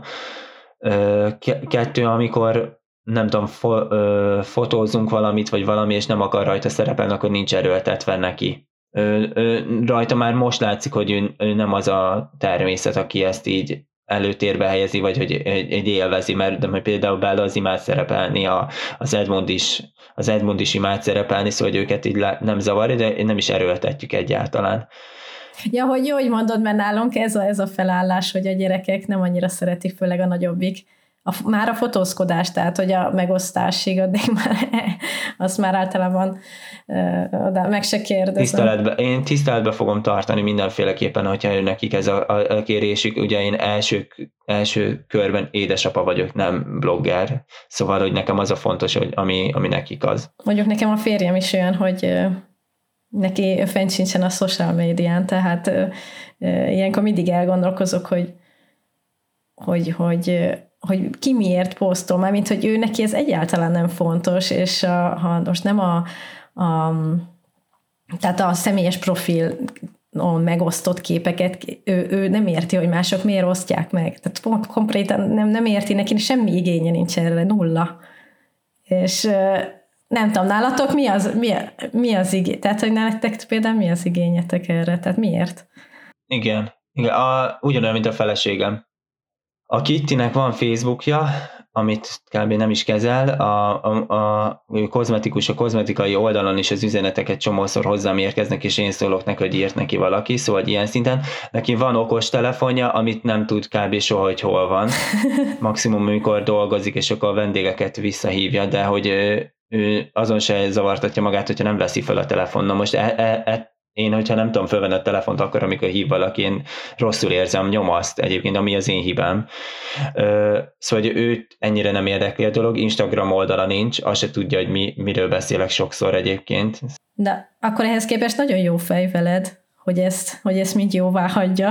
Kettő, amikor nem tudom, fo, ö, fotózunk valamit, vagy valami, és nem akar rajta szerepelni, akkor nincs erőltetve neki. Ö, ö, rajta már most látszik, hogy ő, ő nem az a természet, aki ezt így előtérbe helyezi, vagy hogy egy élvezi, mert de például Bella az imád szerepelni, a, az Edmond is az Edmond is imád szerepelni, szóval hogy őket így nem zavarja, de nem is erőltetjük egyáltalán. Ja, hogy jó, hogy mondod, mert nálunk ez a, ez a felállás, hogy a gyerekek nem annyira szeretik, főleg a nagyobbik, a, már a fotózkodás, tehát hogy a megosztásig, addig már azt már általában uh, oda meg se kérdezem. Tiszteletbe, én tiszteletbe fogom tartani mindenféleképpen, hogyha ő nekik ez a, a, a kérésük. Ugye én első, első körben édesapa vagyok, nem blogger, szóval hogy nekem az a fontos, hogy ami, ami nekik az. Mondjuk nekem a férjem is olyan, hogy uh, neki fent sincsen a social médián, tehát uh, uh, ilyenkor mindig elgondolkozok, hogy hogy, hogy uh, hogy ki miért posztol, már mint hogy ő neki ez egyáltalán nem fontos, és a, ha most nem a, a tehát a személyes profil megosztott képeket, ő, ő nem érti, hogy mások miért osztják meg. Tehát pont konkrétan nem, nem érti, neki semmi igénye nincs erre, nulla. És nem tudom, nálatok mi az, mi, mi az igény? Tehát, hogy nálatok például mi az igényetek erre? Tehát miért? Igen, igen. A, ugyanolyan, mint a feleségem. A Kittinek van Facebookja, amit kb. Nem is kezel, a, a, a kozmetikus, a kozmetikai oldalon is az üzeneteket csomószor hozzám érkeznek, és én szólok neki, hogy írt neki valaki, szóval ilyen szinten. Neki van okos telefonja, amit nem tud kb. Soha, hogy hol van. Maximum, amikor dolgozik, és akkor a vendégeket visszahívja, de hogy ő, ő azon se zavartatja magát, hogyha nem veszi fel a telefon. Na most e, e, e, én, hogyha nem tudom fölvenni a telefont, akkor amikor hív valaki, én rosszul érzem, nyomaszt egyébként, ami az én hibám. Szóval, hogy őt ennyire nem érdekli a dolog, Instagram oldala nincs, azt se tudja, hogy mi, miről beszélek sokszor egyébként. De akkor ehhez képest nagyon jó fej veled, hogy ezt, hogy ezt mind jóvá hagyja.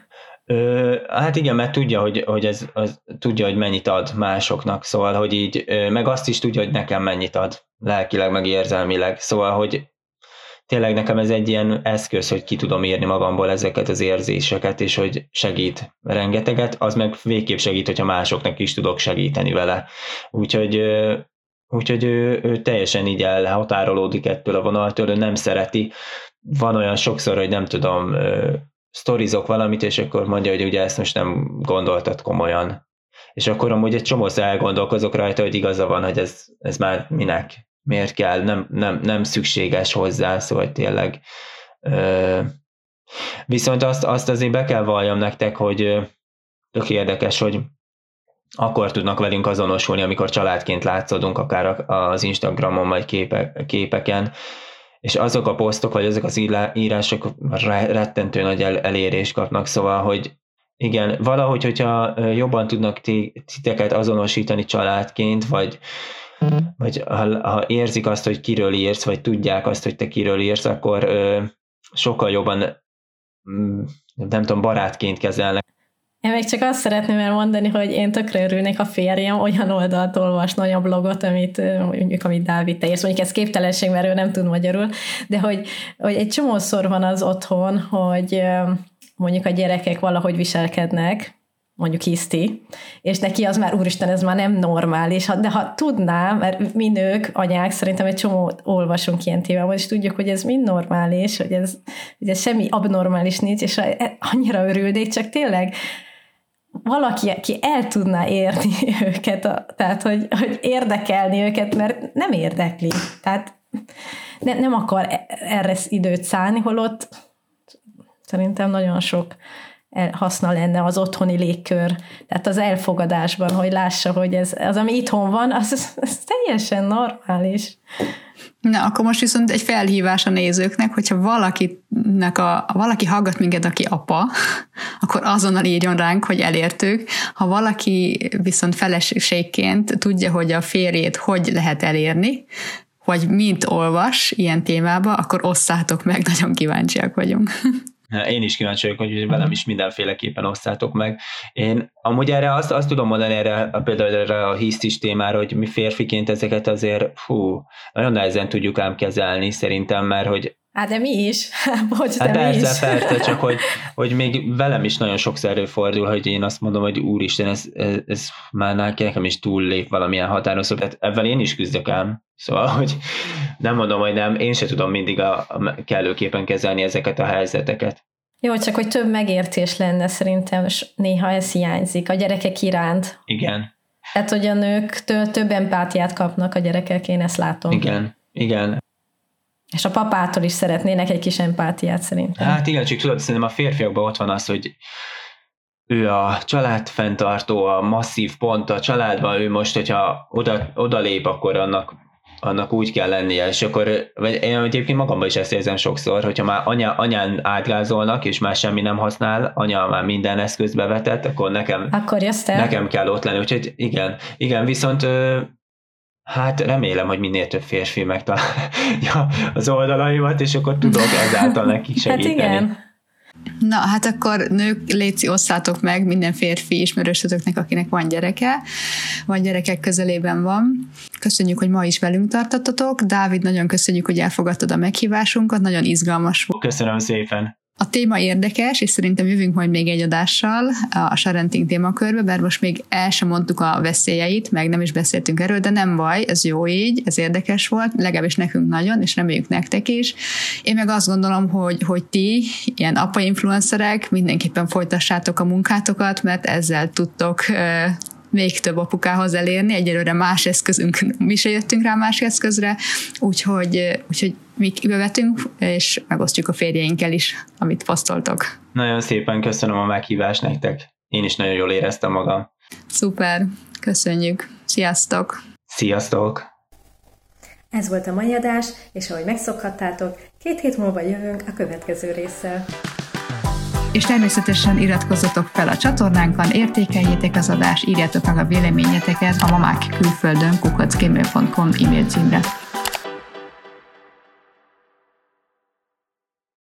Ö, hát igen, mert tudja, hogy, hogy ez, az, tudja, hogy mennyit ad másoknak, szóval, hogy így, meg azt is tudja, hogy nekem mennyit ad, lelkileg, meg érzelmileg, szóval, hogy tényleg nekem ez egy ilyen eszköz, hogy ki tudom írni magamból ezeket az érzéseket, és hogy segít rengeteget, az meg végképp segít, hogyha másoknak is tudok segíteni vele. Úgyhogy, úgyhogy ő, ő teljesen így elhatárolódik ettől a vonaltól, ő nem szereti. Van olyan sokszor, hogy nem tudom, sztorizok valamit, és akkor mondja, hogy ugye ezt most nem gondoltad komolyan. És akkor amúgy egy csomószor elgondolkozok rajta, hogy igaza van, hogy ez, ez már minek. Miért kell, nem, nem, nem szükséges hozzá, szóval tényleg. Ö, viszont azt, azt azért be kell valljam nektek, hogy tök érdekes, hogy akkor tudnak velünk azonosulni, amikor családként látszódunk, akár az Instagramon, vagy képe, képeken, és azok a posztok, vagy azok az írások rettentő nagy el- elérést kapnak, szóval, hogy igen, valahogy, hogyha jobban tudnak titeket azonosítani családként, vagy, vagy ha, ha érzik azt, hogy kiről írsz, vagy tudják azt, hogy te kiről írsz, akkor ö, sokkal jobban, nem tudom, barátként kezelnek. Én még csak azt szeretném elmondani, hogy én tökre örülnék, a férjem olyan oldalt olvasna, olyan blogot, amit mondjuk, amit Dávid te írsz. Mondjuk ez képtelenség, mert ő nem tud magyarul, de hogy, hogy egy csomószor van az otthon, hogy mondjuk a gyerekek valahogy viselkednek, mondjuk Hiszti, és neki az már, úristen, ez már nem normális, de ha tudnám, mert mi nők, anyák, szerintem egy csomó olvasunk ilyen témában, és tudjuk, hogy ez mind normális, hogy ez, hogy ez semmi abnormális nincs, és annyira örülnék, csak tényleg valaki, aki el tudná érni őket, tehát, hogy, hogy érdekelni őket, mert nem érdekli. Tehát ne, nem akar erre időt szállni, holott szerintem nagyon sok haszna lenne az otthoni légkör, tehát az elfogadásban, hogy lássa, hogy ez, az, ami itthon van, az, az teljesen normális. Na, akkor most viszont egy felhívás a nézőknek, hogyha valakinek a, valaki hallgat minket, aki apa, akkor azonnal írjon ránk, hogy elértük. Ha valaki viszont feleségként tudja, hogy a férjét hogy lehet elérni, vagy mint olvas ilyen témába, akkor osszátok meg, nagyon kíváncsiak vagyunk. Én is kíváncsi vagyok, hogy velem is mindenféleképpen osszátok meg. Én amúgy erre azt, azt tudom mondani, erre, például erre a hisztis témára, hogy mi férfiként ezeket azért hú, nagyon nehezen tudjuk ám kezelni szerintem, mert hogy hát de mi is. Bocs, hát de persze, mi is. persze, csak hogy, hogy még velem is nagyon sokszor előfordul, hogy én azt mondom, hogy úristen, ez, ez, ez már nekem is túllép valamilyen határon, szóval ebben én is küzdök ám. Szóval, hogy nem mondom, hogy nem, én se tudom mindig a, a kellőképpen kezelni ezeket a helyzeteket. Jó, csak hogy több megértés lenne szerintem, és néha ez hiányzik a gyerekek iránt. Igen. Tehát, hogy a nőktől több empátiát kapnak a gyerekek, én ezt látom. Igen, igen. És a papától is szeretnének egy kis empátiát szerintem. Hát igen, csak tudod, szerintem a férfiakban ott van az, hogy ő a családfenntartó, a masszív pont a családban, ő most, hogyha oda, oda lép, akkor annak, annak úgy kell lennie, és akkor vagy én egyébként magamban is ezt érzem sokszor, hogyha már anya, anyán átgázolnak, és már semmi nem használ, anya már minden eszközbe vetett, akkor nekem, akkor nekem kell ott lenni, úgyhogy igen, igen, viszont hát remélem, hogy minél több férfi megtalálja az oldalaimat, és akkor tudok ezáltal nekik segíteni. Hát igen. Na, hát akkor nők, léci, osszátok meg minden férfi ismerősötöknek, akinek van gyereke, vagy gyerekek közelében van. Köszönjük, hogy ma is velünk tartottatok. Dávid, nagyon köszönjük, hogy elfogadtad a meghívásunkat, nagyon izgalmas volt. Köszönöm szépen. A téma érdekes, és szerintem jövünk majd még egy adással a sharenting témakörbe, bár most még el sem mondtuk a veszélyeit, meg nem is beszéltünk erről, de nem baj, ez jó így, ez érdekes volt, legalábbis nekünk nagyon, és reméljük nektek is. Én meg azt gondolom, hogy, hogy ti, ilyen apa-influencerek, mindenképpen folytassátok a munkátokat, mert ezzel tudtok még több apukához elérni, egyelőre más eszközünk, mi se jöttünk rá más eszközre, úgyhogy, úgyhogy mi bevetünk, és megosztjuk a férjeinkkel is, amit posztoltok. Nagyon szépen köszönöm a meghívást nektek. Én is nagyon jól éreztem magam. Szuper, köszönjük. Sziasztok! Sziasztok! Ez volt a mai adás, és ahogy megszokhattátok, két hét múlva jövünk a következő résszel. És természetesen iratkozzatok fel a csatornánkon, értékeljétek az adást, írjátok meg a véleményeteket a mamák külföldön kukac gmail pont com e-mail címre.